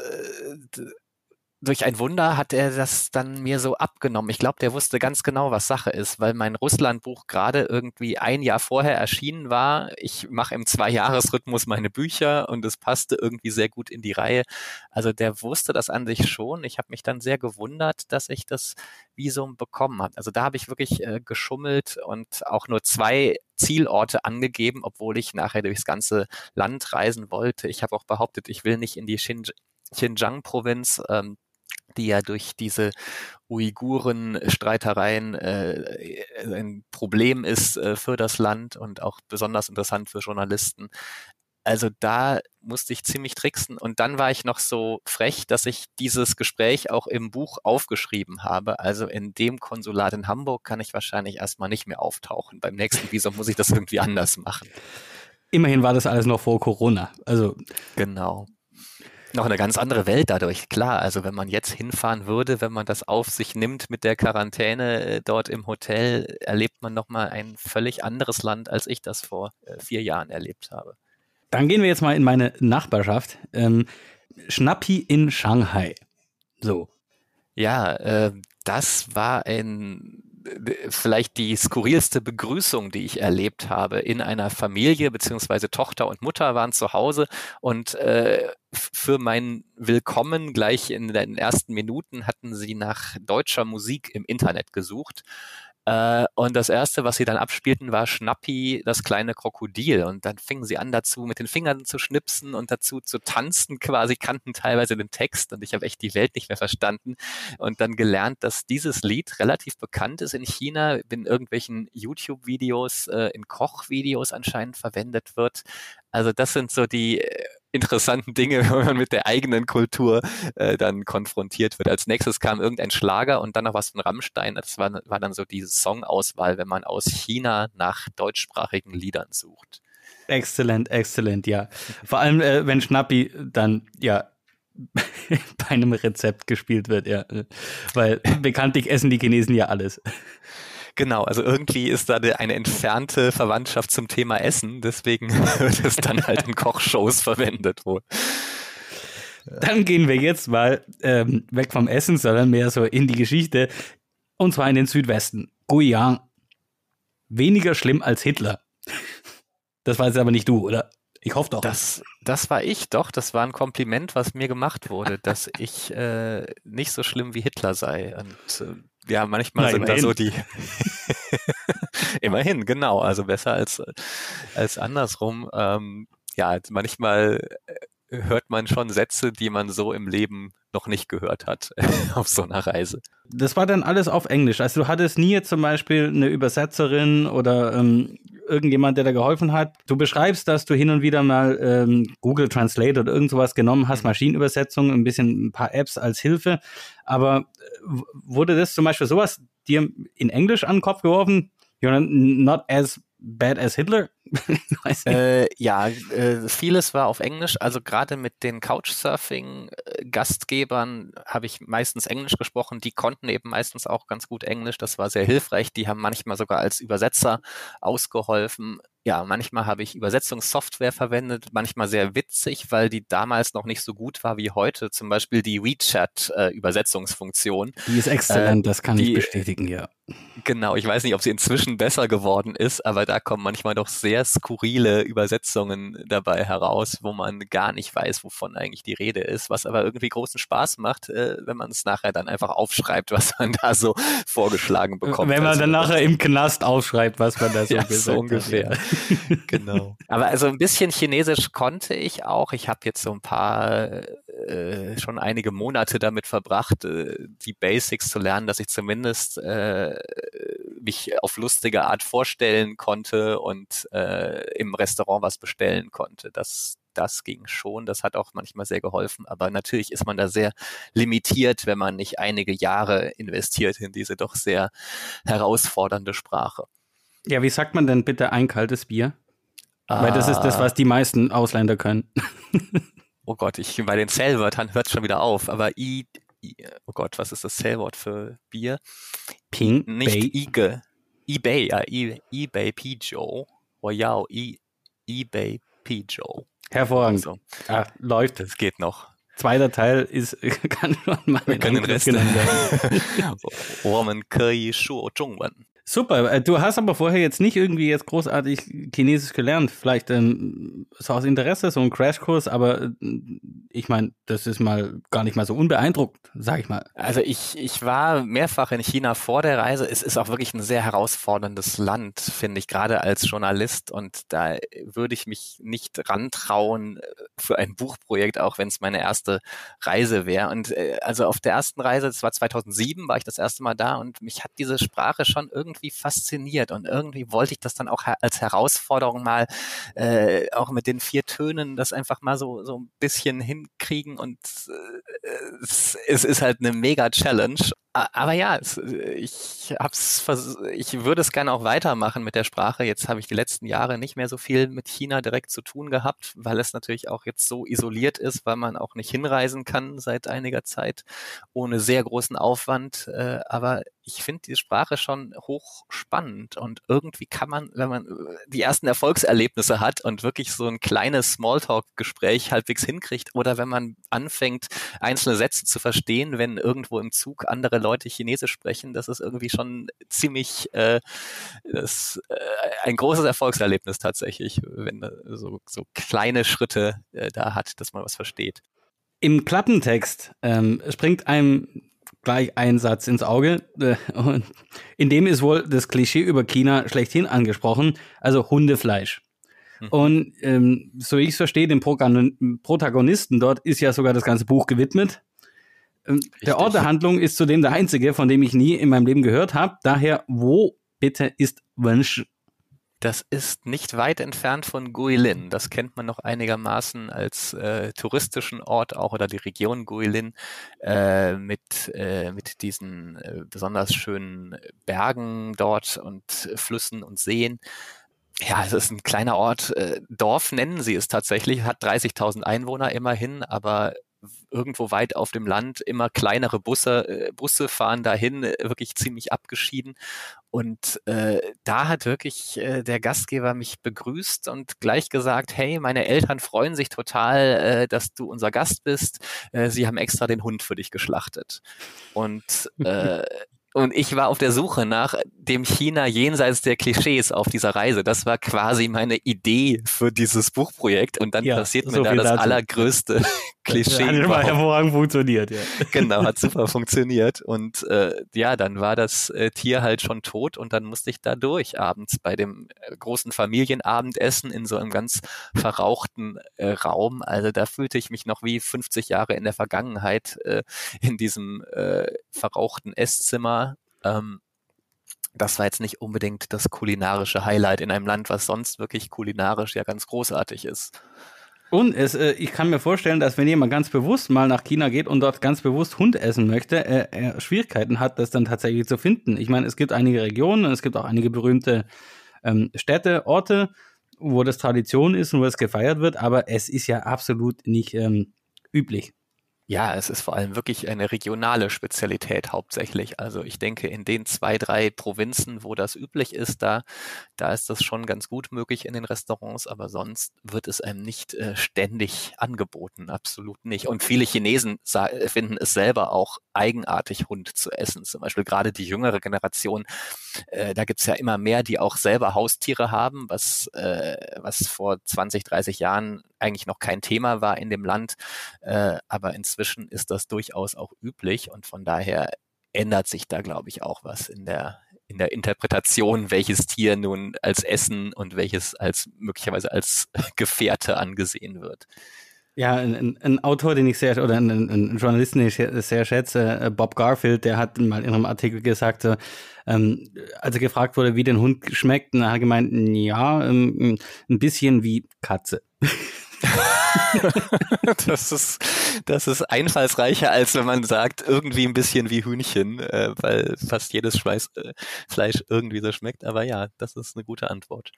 äh, durch ein Wunder hat er das dann mir so abgenommen. Ich glaube, der wusste ganz genau, was Sache ist, weil mein Russland-Buch gerade irgendwie ein Jahr vorher erschienen war. Ich mache im Zwei-Jahres-Rhythmus meine Bücher und es passte irgendwie sehr gut in die Reihe. Also der wusste das an sich schon. Ich habe mich dann sehr gewundert, dass ich das Visum bekommen habe. Also da habe ich wirklich äh, geschummelt und auch nur zwei Zielorte angegeben, obwohl ich nachher durchs ganze Land reisen wollte. Ich habe auch behauptet, ich will nicht in die Xinj- Xinjiang-Provinz, ähm, die ja durch diese Uiguren-Streitereien äh, ein Problem ist äh, für das Land und auch besonders interessant für Journalisten. Also da musste ich ziemlich tricksen und dann war ich noch so frech, dass ich dieses Gespräch auch im Buch aufgeschrieben habe. Also in dem Konsulat in Hamburg kann ich wahrscheinlich erstmal nicht mehr auftauchen. Beim nächsten Visum muss ich das irgendwie anders machen. Immerhin war das alles noch vor Corona. Also Genau. Noch eine ganz andere Welt dadurch, klar. Also wenn man jetzt hinfahren würde, wenn man das auf sich nimmt mit der Quarantäne äh, dort im Hotel, erlebt man nochmal ein völlig anderes Land, als ich das vor äh, vier Jahren erlebt habe. dann gehen wir jetzt mal in meine Nachbarschaft. Ähm, Schnappi in Shanghai. So. Ja, äh, das war ein vielleicht die skurrilste Begrüßung, die ich erlebt habe in einer Familie, beziehungsweise Tochter und Mutter waren zu Hause und äh, für mein Willkommen gleich in den ersten Minuten hatten sie nach deutscher Musik im Internet gesucht. Äh, und das Erste, was sie dann abspielten, war Schnappi, das kleine Krokodil. Und dann fingen sie an dazu, mit den Fingern zu schnipsen und dazu zu tanzen, quasi kannten teilweise den Text. Und ich habe echt die Welt nicht mehr verstanden. Und dann gelernt, dass dieses Lied relativ bekannt ist in China, in irgendwelchen YouTube-Videos, äh, in Kochvideos anscheinend verwendet wird. Also das sind so die äh, interessanten Dinge, wenn man mit der eigenen Kultur äh, dann konfrontiert wird. Als nächstes kam irgendein Schlager und dann noch was von Rammstein. Das war, war dann so die Songauswahl, wenn man aus China nach deutschsprachigen Liedern sucht. Exzellent, exzellent, ja. Vor allem, äh, wenn Schnappi dann, ja, bei einem Rezept gespielt wird, ja. Weil bekanntlich essen die Chinesen ja alles. Genau, also irgendwie ist da eine entfernte Verwandtschaft zum Thema Essen, deswegen wird es dann halt in Kochshows verwendet wohl. Dann gehen wir jetzt mal ähm, weg vom Essen, sondern mehr so in die Geschichte, und zwar in den Südwesten. Guiyang. Weniger schlimm als Hitler. Das war jetzt aber nicht du, oder? Ich hoffe doch. Das, das war ich doch. Das war ein Kompliment, was mir gemacht wurde, dass ich äh, nicht so schlimm wie Hitler sei. Und äh, ja, manchmal Na, sind immerhin. da so die... Immerhin, genau. Also besser als, als andersrum. Ähm, ja, manchmal hört man schon Sätze, die man so im Leben noch nicht gehört hat auf so einer Reise. Das war dann alles auf Englisch. Also du hattest nie jetzt zum Beispiel eine Übersetzerin oder ähm, irgendjemand, der da geholfen hat. Du beschreibst, dass du hin und wieder mal ähm, Google Translate oder irgend sowas genommen hast, Maschinenübersetzung, ein bisschen ein paar Apps als Hilfe. Aber äh, wurde das zum Beispiel sowas dir in Englisch an den Kopf geworfen? You're not as bad as Hitler? Weiß nicht. Äh, ja, äh, vieles war auf Englisch. Also gerade mit den Couchsurfing-Gastgebern habe ich meistens Englisch gesprochen. Die konnten eben meistens auch ganz gut Englisch. Das war sehr hilfreich. Die haben manchmal sogar als Übersetzer ausgeholfen. Ja, manchmal habe ich Übersetzungssoftware verwendet, manchmal sehr witzig, weil die damals noch nicht so gut war wie heute. Zum Beispiel die WeChat-Übersetzungsfunktion. Die ist exzellent, äh, das kann die, ich bestätigen, ja. Genau, ich weiß nicht, ob sie inzwischen besser geworden ist, aber da kommen manchmal doch sehr skurrile Übersetzungen dabei heraus, wo man gar nicht weiß, wovon eigentlich die Rede ist, was aber irgendwie großen Spaß macht, äh, wenn man es nachher dann einfach aufschreibt, was man da so vorgeschlagen bekommt. Wenn man also, dann nachher im Knast aufschreibt, was man da so ja, gesagt so ungefähr. hat. Genau. Aber also ein bisschen Chinesisch konnte ich auch. Ich habe jetzt so ein paar, äh, schon einige Monate damit verbracht, äh, die Basics zu lernen, dass ich zumindest äh, mich auf lustige Art vorstellen konnte und äh, im Restaurant was bestellen konnte. Das, das ging schon. Das hat auch manchmal sehr geholfen. Aber natürlich ist man da sehr limitiert, wenn man nicht einige Jahre investiert in diese doch sehr herausfordernde Sprache. Ja, wie sagt man denn bitte ein kaltes Bier? Ah. Weil das ist das, was die meisten Ausländer können. Oh Gott, ich bei den Zählwörtern hört es schon wieder auf. Aber I, I, oh Gott, was ist das Zählwort für Bier? Ping, Nicht Bay. Ige. eBay, ja, I, eBay Pijo. Royal, I, eBay Pijo. Hervorragend. Also, Ja, läuft. das geht noch. Zweiter Teil ist, kann schon mal Wir können den Angriff Rest. genommen werden. 我们可以说中文. Super, äh, du hast aber vorher jetzt nicht irgendwie jetzt großartig Chinesisch gelernt. Vielleicht ähm, so aus Interesse, so ein Crashkurs, aber äh, ich meine, das ist mal gar nicht mal so unbeeindruckend, sag ich mal. Also ich, ich war mehrfach in China vor der Reise. Es ist auch wirklich ein sehr herausforderndes Land, finde ich, gerade als Journalist. Und da würde ich mich nicht rantrauen für ein Buchprojekt, auch wenn es meine erste Reise wäre. Und äh, also auf der ersten Reise, das war zweitausendsieben, war ich das erste Mal da und mich hat diese Sprache schon irgendwie fasziniert und irgendwie wollte ich das dann auch als Herausforderung mal äh, auch mit den vier Tönen das einfach mal so so ein bisschen hinkriegen und äh, es, es ist halt eine mega Challenge. Aber ja, es, ich hab's vers- ich würde es gerne auch weitermachen mit der Sprache. Jetzt habe ich die letzten Jahre nicht mehr so viel mit China direkt zu tun gehabt, weil es natürlich auch jetzt so isoliert ist, weil man auch nicht hinreisen kann seit einiger Zeit ohne sehr großen Aufwand. Äh, aber ich finde die Sprache schon hochspannend und irgendwie kann man, wenn man die ersten Erfolgserlebnisse hat und wirklich so ein kleines Smalltalk-Gespräch halbwegs hinkriegt oder wenn man anfängt, einzelne Sätze zu verstehen, wenn irgendwo im Zug andere Leute Chinesisch sprechen, das ist irgendwie schon ziemlich äh, das, äh, ein großes Erfolgserlebnis tatsächlich, wenn man so, so kleine Schritte äh, da hat, dass man was versteht. Im Klappentext ähm, springt einem gleich ein Satz ins Auge. Äh, und in dem ist wohl das Klischee über China schlechthin angesprochen, also Hundefleisch. Mhm. Und ähm, so wie ich es verstehe, dem Progan- Protagonisten dort ist ja sogar das ganze Buch gewidmet. Ähm, der Ort der Handlung ist zudem der einzige, von dem ich nie in meinem Leben gehört habe. Daher, wo bitte ist Wenshi? Das ist nicht weit entfernt von Guilin. Das kennt man noch einigermaßen als äh, touristischen Ort auch oder die Region Guilin äh, mit äh, mit diesen äh, besonders schönen Bergen dort und Flüssen und Seen. Ja, es ist ein kleiner Ort. Äh, Dorf nennen sie es tatsächlich. Hat dreißigtausend Einwohner immerhin, aber irgendwo weit auf dem Land, immer kleinere Busse, äh, Busse fahren dahin, äh, wirklich ziemlich abgeschieden. Und äh, da hat wirklich äh, der Gastgeber mich begrüßt und gleich gesagt, hey, meine Eltern freuen sich total, äh, dass du unser Gast bist. Äh, sie haben extra den Hund für dich geschlachtet. Und äh, Und ich war auf der Suche nach dem China jenseits der Klischees auf dieser Reise. Das war quasi meine Idee für dieses Buchprojekt. Und dann ja, passiert mir so da das dazu. allergrößte Klischee. Hat immer hervorragend funktioniert, ja. Genau, hat super funktioniert. Und äh, ja, dann war das äh, Tier halt schon tot und dann musste ich da durch abends bei dem äh, großen Familienabendessen in so einem ganz verrauchten äh, Raum. Also da fühlte ich mich noch wie fünfzig Jahre in der Vergangenheit äh, in diesem äh, verrauchten Esszimmer. Ähm, das war jetzt nicht unbedingt das kulinarische Highlight in einem Land, was sonst wirklich kulinarisch ja ganz großartig ist. Und es, äh, ich kann mir vorstellen, dass wenn jemand ganz bewusst mal nach China geht und dort ganz bewusst Hund essen möchte, äh, er Schwierigkeiten hat, das dann tatsächlich zu finden. Ich meine, es gibt einige Regionen und es gibt auch einige berühmte ähm, Städte, Orte, wo das Tradition ist und wo es gefeiert wird, aber es ist ja absolut nicht ähm, üblich. Ja, es ist vor allem wirklich eine regionale Spezialität hauptsächlich. Also ich denke, in den zwei, drei Provinzen, wo das üblich ist, da, da ist das schon ganz gut möglich in den Restaurants, aber sonst wird es einem nicht äh, ständig angeboten, absolut nicht. Und viele Chinesen sa- finden es selber auch eigenartig, Hund zu essen. Zum Beispiel gerade die jüngere Generation, äh, da gibt's ja immer mehr, die auch selber Haustiere haben, was, äh, was vor zwanzig, dreißig Jahren eigentlich noch kein Thema war in dem Land, äh, aber inzwischen ist das durchaus auch üblich und von daher ändert sich da, glaube ich, auch was in der in der Interpretation, welches Tier nun als Essen und welches als möglicherweise als Gefährte angesehen wird. Ja, ein, ein Autor, den ich sehr, oder ein, ein Journalisten, den ich sehr schätze, Bob Garfield, der hat mal in einem Artikel gesagt, so, ähm, als er gefragt wurde, wie der Hund schmeckt, dann hat er gemeint, ja, ähm, ein bisschen wie Katze. Das ist, das ist einfallsreicher, als wenn man sagt, irgendwie ein bisschen wie Hühnchen, äh, weil fast jedes Schweiß, äh, Fleisch irgendwie so schmeckt. Aber ja, das ist eine gute Antwort.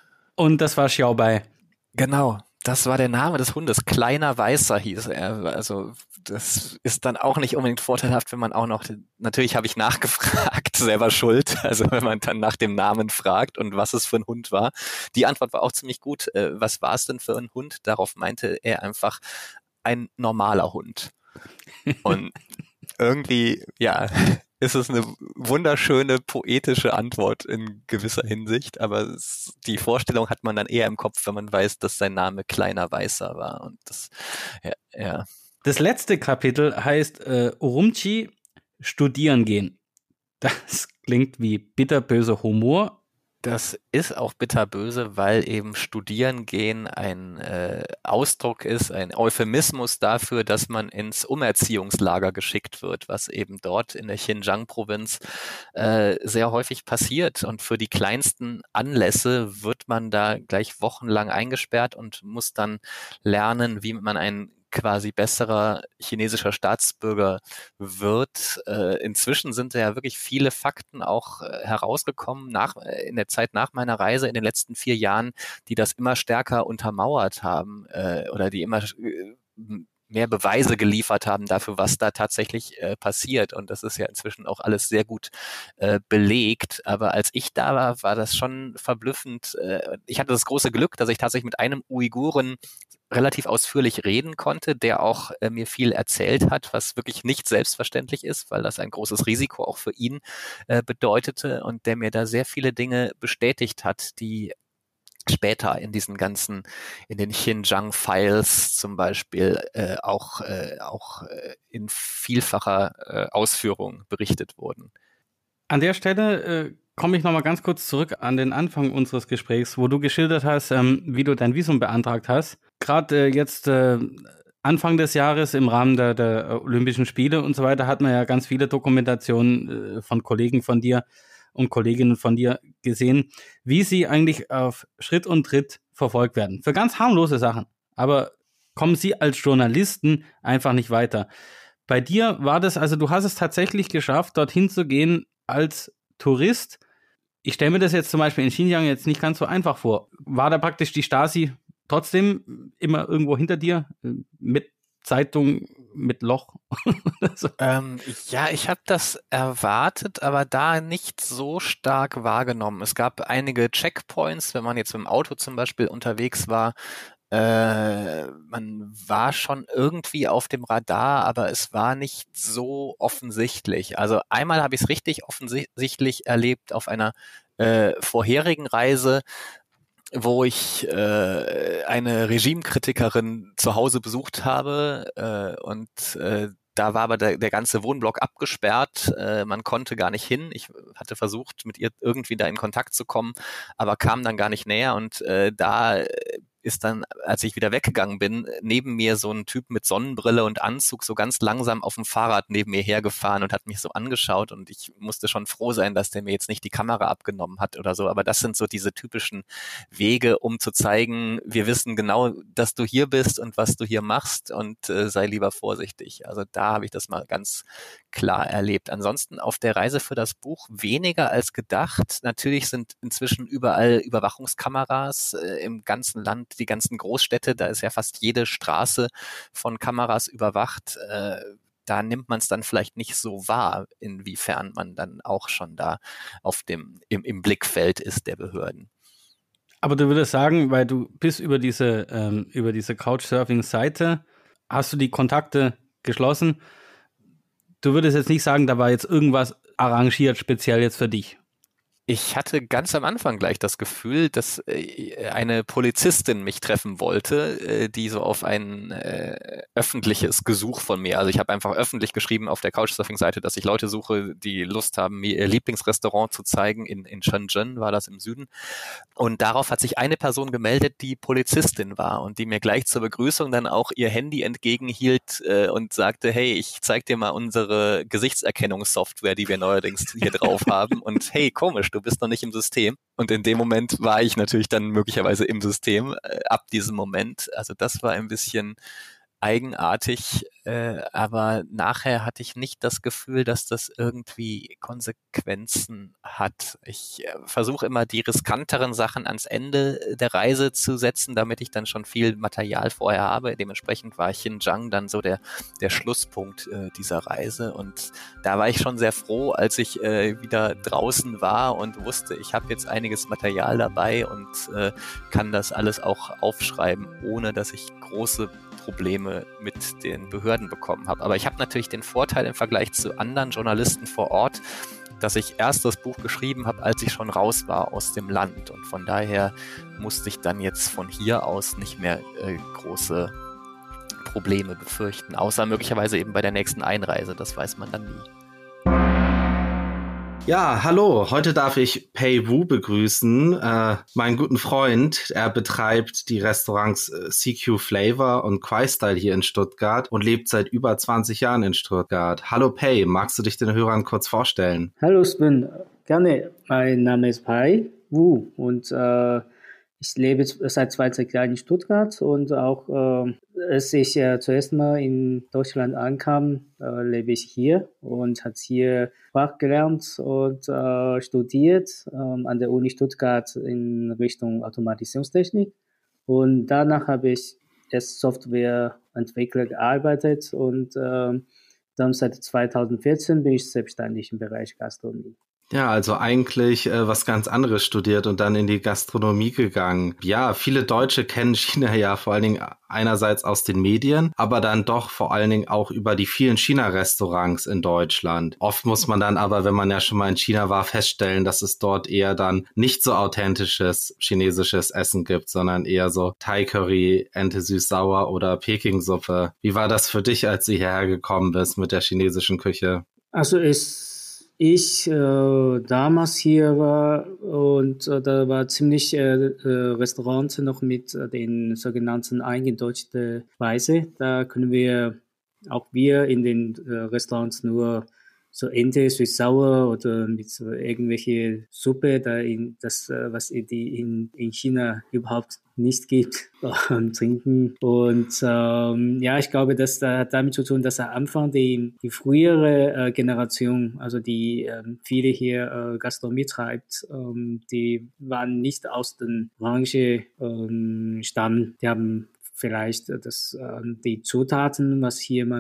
Und das war Xiaobai. Genau, das war der Name des Hundes. Kleiner Weißer hieß er. Also das ist dann auch nicht unbedingt vorteilhaft, wenn man auch noch, natürlich habe ich nachgefragt, selber schuld, also wenn man dann nach dem Namen fragt und was es für ein Hund war. Die Antwort war auch ziemlich gut. Äh, was war es denn für ein Hund? Darauf meinte er einfach, ein normaler Hund. Und irgendwie, ja, ist es eine wunderschöne, poetische Antwort in gewisser Hinsicht, aber es, die Vorstellung hat man dann eher im Kopf, wenn man weiß, dass sein Name Kleiner Weißer war. Und das, ja, ja. Das letzte Kapitel heißt äh, Urumqi, studieren gehen. Das klingt wie bitterböser Humor. Das ist auch bitterböse, weil eben studieren gehen ein äh, Ausdruck ist, ein Euphemismus dafür, dass man ins Umerziehungslager geschickt wird, was eben dort in der Xinjiang-Provinz äh, sehr häufig passiert. Und für die kleinsten Anlässe wird man da gleich wochenlang eingesperrt und muss dann lernen, wie man ein quasi besserer chinesischer Staatsbürger wird. Äh, inzwischen sind ja wirklich viele Fakten auch äh, herausgekommen nach, äh, in der Zeit nach meiner Reise in den letzten vier Jahren, die das immer stärker untermauert haben äh, oder die immer äh, mehr Beweise geliefert haben dafür, was da tatsächlich äh, passiert. Und das ist ja inzwischen auch alles sehr gut äh, belegt. Aber als ich da war, war das schon verblüffend. Äh, ich hatte das große Glück, dass ich tatsächlich mit einem Uiguren relativ ausführlich reden konnte, der auch äh, mir viel erzählt hat, was wirklich nicht selbstverständlich ist, weil das ein großes Risiko auch für ihn äh, bedeutete und der mir da sehr viele Dinge bestätigt hat, die später in diesen ganzen, in den Xinjiang-Files zum Beispiel äh, auch, äh, auch äh, in vielfacher äh, Ausführung berichtet wurden. An der Stelle äh, komme ich nochmal ganz kurz zurück an den Anfang unseres Gesprächs, wo du geschildert hast, ähm, wie du dein Visum beantragt hast. Gerade äh, jetzt äh, Anfang des Jahres im Rahmen der, der Olympischen Spiele und so weiter hat man ja ganz viele Dokumentationen äh, von Kollegen von dir und Kolleginnen von dir gesehen, wie sie eigentlich auf Schritt und Tritt verfolgt werden. Für ganz harmlose Sachen. Aber kommen sie als Journalisten einfach nicht weiter. Bei dir war das, also du hast es tatsächlich geschafft, dorthin zu gehen als Tourist. Ich stelle mir das jetzt zum Beispiel in Xinjiang jetzt nicht ganz so einfach vor. War da praktisch die Stasi trotzdem immer irgendwo hinter dir mit Zeitung, mit Loch? so. ähm, ja, ich habe das erwartet, aber da nicht so stark wahrgenommen. Es gab einige Checkpoints, wenn man jetzt mit dem Auto zum Beispiel unterwegs war, äh, man war schon irgendwie auf dem Radar, aber es war nicht so offensichtlich. Also einmal habe ich es richtig offensichtlich erlebt auf einer äh, vorherigen Reise, wo ich äh, eine Regimekritikerin zu Hause besucht habe äh, und äh, da war aber der, der ganze Wohnblock abgesperrt, äh, man konnte gar nicht hin. Ich hatte versucht, mit ihr irgendwie da in Kontakt zu kommen, aber kam dann gar nicht näher und äh, da ist dann, als ich wieder weggegangen bin, neben mir so ein Typ mit Sonnenbrille und Anzug so ganz langsam auf dem Fahrrad neben mir hergefahren und hat mich so angeschaut und ich musste schon froh sein, dass der mir jetzt nicht die Kamera abgenommen hat oder so, aber das sind so diese typischen Wege, um zu zeigen, wir wissen genau, dass du hier bist und was du hier machst und äh, sei lieber vorsichtig. Also da habe ich das mal ganz klar erlebt. Ansonsten auf der Reise für das Buch weniger als gedacht. Natürlich sind inzwischen überall Überwachungskameras äh, im ganzen Land, die ganzen Großstädte, da ist ja fast jede Straße von Kameras überwacht. Äh, da nimmt man es dann vielleicht nicht so wahr, inwiefern man dann auch schon da auf dem im, im Blickfeld ist der Behörden. Aber du würdest sagen, weil du bist über diese, ähm, über diese Couchsurfing-Seite, hast du die Kontakte geschlossen. Du würdest jetzt nicht sagen, da war jetzt irgendwas arrangiert, speziell jetzt für dich. Ich hatte ganz am Anfang gleich das Gefühl, dass eine Polizistin mich treffen wollte, die so auf ein äh, öffentliches Gesuch von mir, also ich habe einfach öffentlich geschrieben auf der Couchsurfing-Seite, dass ich Leute suche, die Lust haben, mir ihr Lieblingsrestaurant zu zeigen. In, in Shenzhen war das im Süden. Und darauf hat sich eine Person gemeldet, die Polizistin war und die mir gleich zur Begrüßung dann auch ihr Handy entgegenhielt äh, und sagte, hey, ich zeig dir mal unsere Gesichtserkennungssoftware, die wir neuerdings hier drauf haben. Und hey, komisch, du bist noch nicht im System. Und in dem Moment war ich natürlich dann möglicherweise im System äh, ab diesem Moment. Also das war ein bisschen eigenartig, äh, aber nachher hatte ich nicht das Gefühl, dass das irgendwie Konsequenzen hat. Ich äh, versuche immer die riskanteren Sachen ans Ende der Reise zu setzen, damit ich dann schon viel Material vorher habe. Dementsprechend war Xinjiang dann so der, der Schlusspunkt äh, dieser Reise und da war ich schon sehr froh, als ich äh, wieder draußen war und wusste, ich habe jetzt einiges Material dabei und äh, kann das alles auch aufschreiben, ohne dass ich große Probleme mit den Behörden bekommen habe. Aber ich habe natürlich den Vorteil im Vergleich zu anderen Journalisten vor Ort, dass ich erst das Buch geschrieben habe, als ich schon raus war aus dem Land. Und von daher musste ich dann jetzt von hier aus nicht mehr äh, große Probleme befürchten, außer möglicherweise eben bei der nächsten Einreise. Das weiß man dann nie. Ja, hallo, heute darf ich Pei Wu begrüßen, äh, meinen guten Freund. Er betreibt die Restaurants äh, C Q Flavor und Kwai Style hier in Stuttgart und lebt seit über zwanzig Jahren in Stuttgart. Hallo Pei, magst du dich den Hörern kurz vorstellen? Hallo Sven, gerne. Mein Name ist Pei Wu und äh, ich lebe seit zwanzig Jahren in Stuttgart und auch äh, als ich äh, zuerst mal in Deutschland ankam, äh, lebe ich hier und habe hier Sprach gelernt und äh, studiert äh, an der Uni Stuttgart in Richtung Automatisierungstechnik. Und danach habe ich als Softwareentwickler gearbeitet und äh, dann seit zwanzig vierzehn bin ich selbstständig im Bereich Gastronomie. Ja, also eigentlich äh, was ganz anderes studiert und dann in die Gastronomie gegangen. Ja, viele Deutsche kennen China ja vor allen Dingen einerseits aus den Medien, aber dann doch vor allen Dingen auch über die vielen China-Restaurants in Deutschland. Oft muss man dann aber, wenn man ja schon mal in China war, feststellen, dass es dort eher dann nicht so authentisches chinesisches Essen gibt, sondern eher so Thai-Curry, Ente süß-sauer oder Peking-Suppe. Wie war das für dich, als du hierher gekommen bist mit der chinesischen Küche? Also es ich äh, damals hier war und äh, da war ziemlich äh, äh, Restaurants noch mit äh, den sogenannten eingedeutschten Weise. Da können wir, auch wir in den äh, Restaurants nur so Ente, süß-sauer oder mit so irgendwelche Suppe, da in, das, äh, was die in, in China überhaupt nicht gibt, äh, trinken. Und ähm, ja, ich glaube, das hat damit zu tun, dass am Anfang die, die frühere äh, Generation, also die ähm, viele hier äh, Gastronomie treibt, ähm, die waren nicht aus den Branche ähm, stammen. Die haben vielleicht äh, das, äh, die Zutaten, was hier man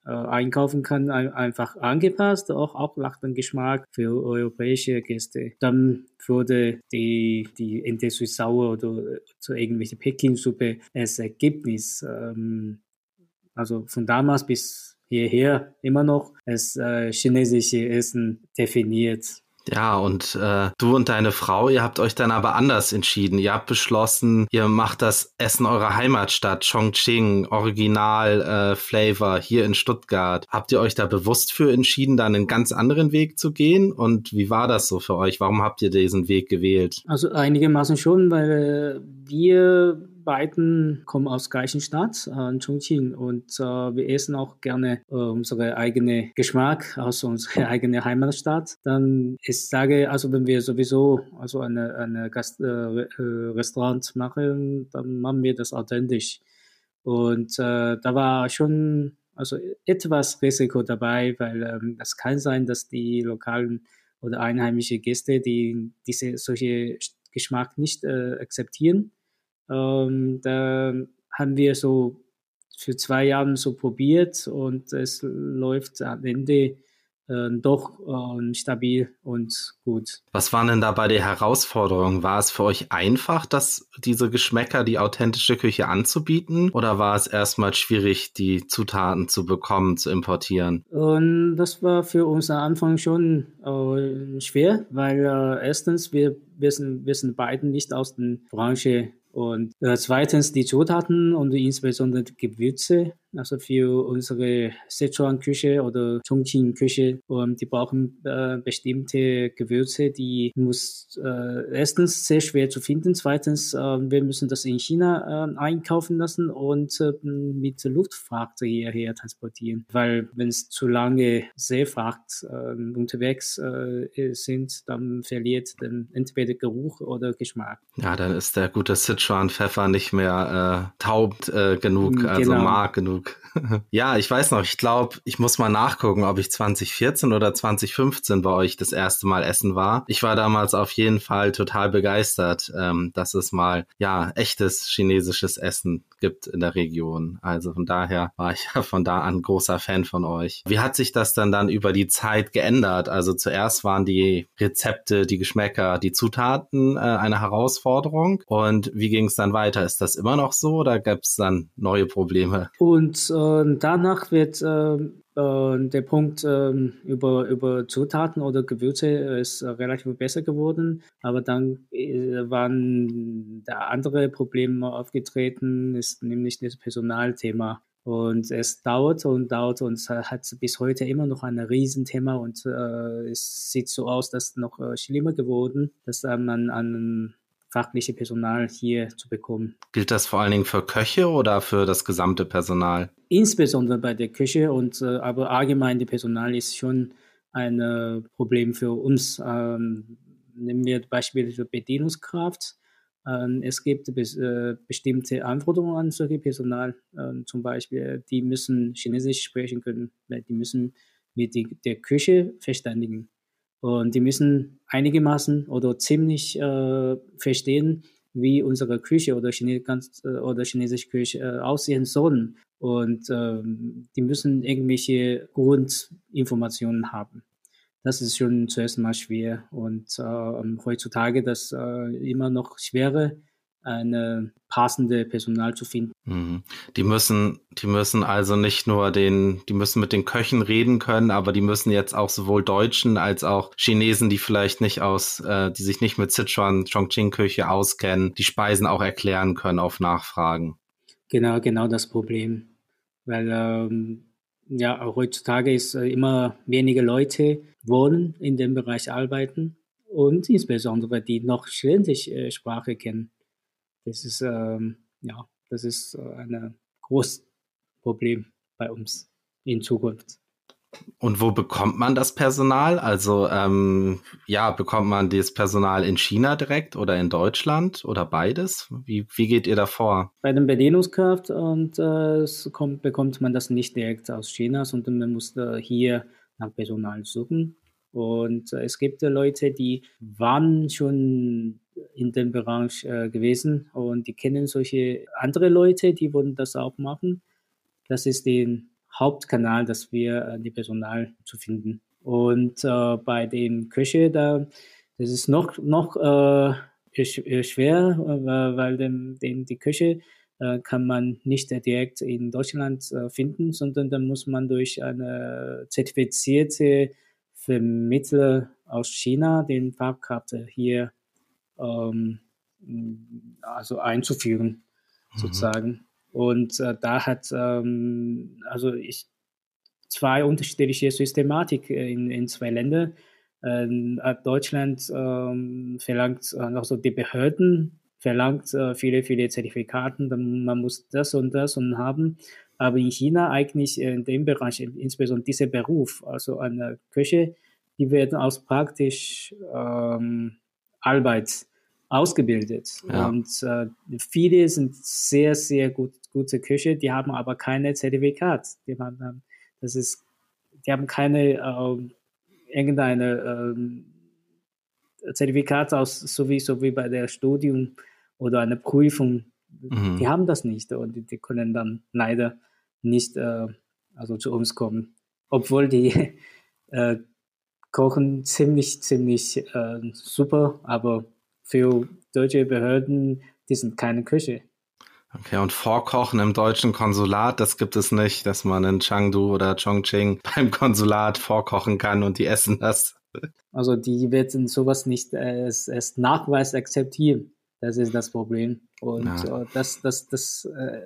äh, einkaufen kann, ein, einfach angepasst, auch, auch nach dem Geschmack für europäische Gäste. Dann wurde die, die Ente süß-sauer oder so irgendwelche Peking-Suppe als Ergebnis, ähm, also von damals bis hierher immer noch als äh, chinesische Essen definiert. Ja, und äh, du und deine Frau, ihr habt euch dann aber anders entschieden. Ihr habt beschlossen, ihr macht das Essen eurer Heimatstadt, Chongqing, Original äh, Flavor hier in Stuttgart. Habt ihr euch da bewusst für entschieden, da einen ganz anderen Weg zu gehen? Und wie war das so für euch? Warum habt ihr diesen Weg gewählt? Also einigermaßen schon, weil wir beiden kommen aus gleichen Stadt, äh, Chongqing, und äh, wir essen auch gerne äh, unsere eigene Geschmack aus unserer eigenen Heimatstadt. Dann ich sage, also wenn wir sowieso also eine eine Gast, äh, Restaurant machen, dann machen wir das authentisch. Und äh, da war schon also etwas Risiko dabei, weil ähm, es kann sein, dass die lokalen oder einheimische Gäste, die diese solche Geschmack nicht äh, akzeptieren. Ähm, da haben wir so für zwei Jahre so probiert und es läuft am Ende äh, doch äh, stabil und gut. Was waren denn dabei die Herausforderungen? War es für euch einfach, das, diese Geschmäcker, die authentische Küche anzubieten? Oder war es erstmal schwierig, die Zutaten zu bekommen, zu importieren? Und das war für uns am Anfang schon äh, schwer, weil äh, erstens, wir, wir, sind, wir sind beide nicht aus der Branche. Und äh, zweitens die Zutaten und insbesondere die Gewürze, also für unsere Sichuan-Küche oder Chongqing-Küche, und die brauchen äh, bestimmte Gewürze, die muss äh, erstens sehr schwer zu finden, zweitens äh, wir müssen das in China äh, einkaufen lassen und äh, mit Luftfracht hierher transportieren, weil wenn es zu lange Seefracht äh, unterwegs äh, sind, dann verliert dann entweder Geruch oder Geschmack. Ja, dann ist der gute Sichuan-Pfeffer nicht mehr äh, taub äh, genug, also Genau. mark genug. Ja, ich weiß noch, ich glaube, ich muss mal nachgucken, ob ich zwanzig vierzehn oder zwanzig fünfzehn bei euch das erste Mal essen war. Ich war damals auf jeden Fall total begeistert, ähm, dass es mal, ja, echtes chinesisches Essen gibt in der Region. Also von daher war ich ja von da an großer Fan von euch. Wie hat sich das dann dann über die Zeit geändert? Also zuerst waren die Rezepte, die Geschmäcker, die Zutaten äh, eine Herausforderung. Und wie ging es dann weiter? Ist das immer noch so oder gab es dann neue Probleme? Und äh, danach wird äh, äh, der Punkt äh, über, über Zutaten oder Gewürze ist äh, relativ besser geworden. Aber dann äh, waren da andere Probleme aufgetreten, ist nämlich das Personalthema. Und es dauert und dauert und es hat bis heute immer noch ein Riesenthema und äh, es sieht so aus, dass es noch äh, schlimmer geworden, dass äh, man an fachliche Personal hier zu bekommen. Gilt das vor allen Dingen für Köche oder für das gesamte Personal? Insbesondere bei der Küche, und äh, aber allgemein das Personal ist schon ein äh, Problem für uns. Ähm, nehmen wir Beispiel für Bedienungskraft. Ähm, es gibt bes äh, bestimmte Anforderungen an solche Personal. Ähm, zum Beispiel, die müssen Chinesisch sprechen können, weil die müssen mit die, der Küche verständigen. Und die müssen einigermaßen oder ziemlich äh, verstehen, wie unsere Küche oder, Chine ganz, äh, oder chinesische Küche äh, aussehen sollen. Und ähm, die müssen irgendwelche Grundinformationen haben. Das ist schon zuerst mal schwer. Und äh, heutzutage das äh, immer noch schwerer, eine passende Personal zu finden. Mhm. Die müssen, die müssen also nicht nur den, die müssen mit den Köchen reden können, aber die müssen jetzt auch sowohl Deutschen als auch Chinesen, die vielleicht nicht aus, äh, die sich nicht mit Sichuan, Chongqing-Küche auskennen, die Speisen auch erklären können auf Nachfragen. Genau, genau das Problem. Weil ähm, ja, auch heutzutage ist äh, immer weniger Leute wollen in dem Bereich arbeiten und insbesondere die noch chinesische äh, Sprache kennen. Das ist, ähm, ja, das ist äh, ein großes Problem bei uns in Zukunft. Und wo bekommt man das Personal? Also, ähm, ja, bekommt man das Personal in China direkt oder in Deutschland oder beides? Wie, wie geht ihr da vor? Bei der Bedienungskraft und äh, es kommt, bekommt man das nicht direkt aus China, sondern man muss äh, hier nach Personal suchen. Und äh, es gibt äh, Leute, die waren schon in dem Bereich äh, gewesen und die kennen solche andere Leute, die wollen das auch machen. Das ist die Hauptkanal, dass wir äh, die Personal zu finden. Und äh, bei den Köche, da, das ist noch, noch äh, schwer, äh, weil den, den, die Köche äh, kann man nicht direkt in Deutschland äh, finden, sondern da muss man durch eine zertifizierte Vermittler aus China den Fachkräfte hier ähm, also einzuführen, mhm. sozusagen. Und äh, da hat ähm, also ich zwei unterschiedliche Systematik in, in zwei Ländern. Ähm, Deutschland ähm, verlangt, also die Behörden verlangt äh, viele, viele Zertifikaten, man muss das und das und haben. Aber in China eigentlich in dem Bereich, insbesondere dieser Beruf, also eine Küche, die werden aus praktisch ähm, Arbeit ausgebildet. Ja. Und äh, viele sind sehr, sehr gut, gute Köche, die haben aber keine Zertifikat. Die haben, das ist, die haben keine äh, irgendeine äh, Zertifikat aus, so wie, so wie bei der Studium oder eine Prüfung. Mhm. Die haben das nicht und die, die können dann leider nicht äh, also zu uns kommen. Obwohl die äh, kochen ziemlich, ziemlich äh, super, aber für deutsche Behörden, die sind keine Küche. Okay, und Vorkochen im deutschen Konsulat, das gibt es nicht, dass man in Chengdu oder Chongqing beim Konsulat vorkochen kann und die essen das. Also die werden sowas nicht als, als Nachweis akzeptieren. Das ist das Problem. Und ja. äh, das, das, das, äh,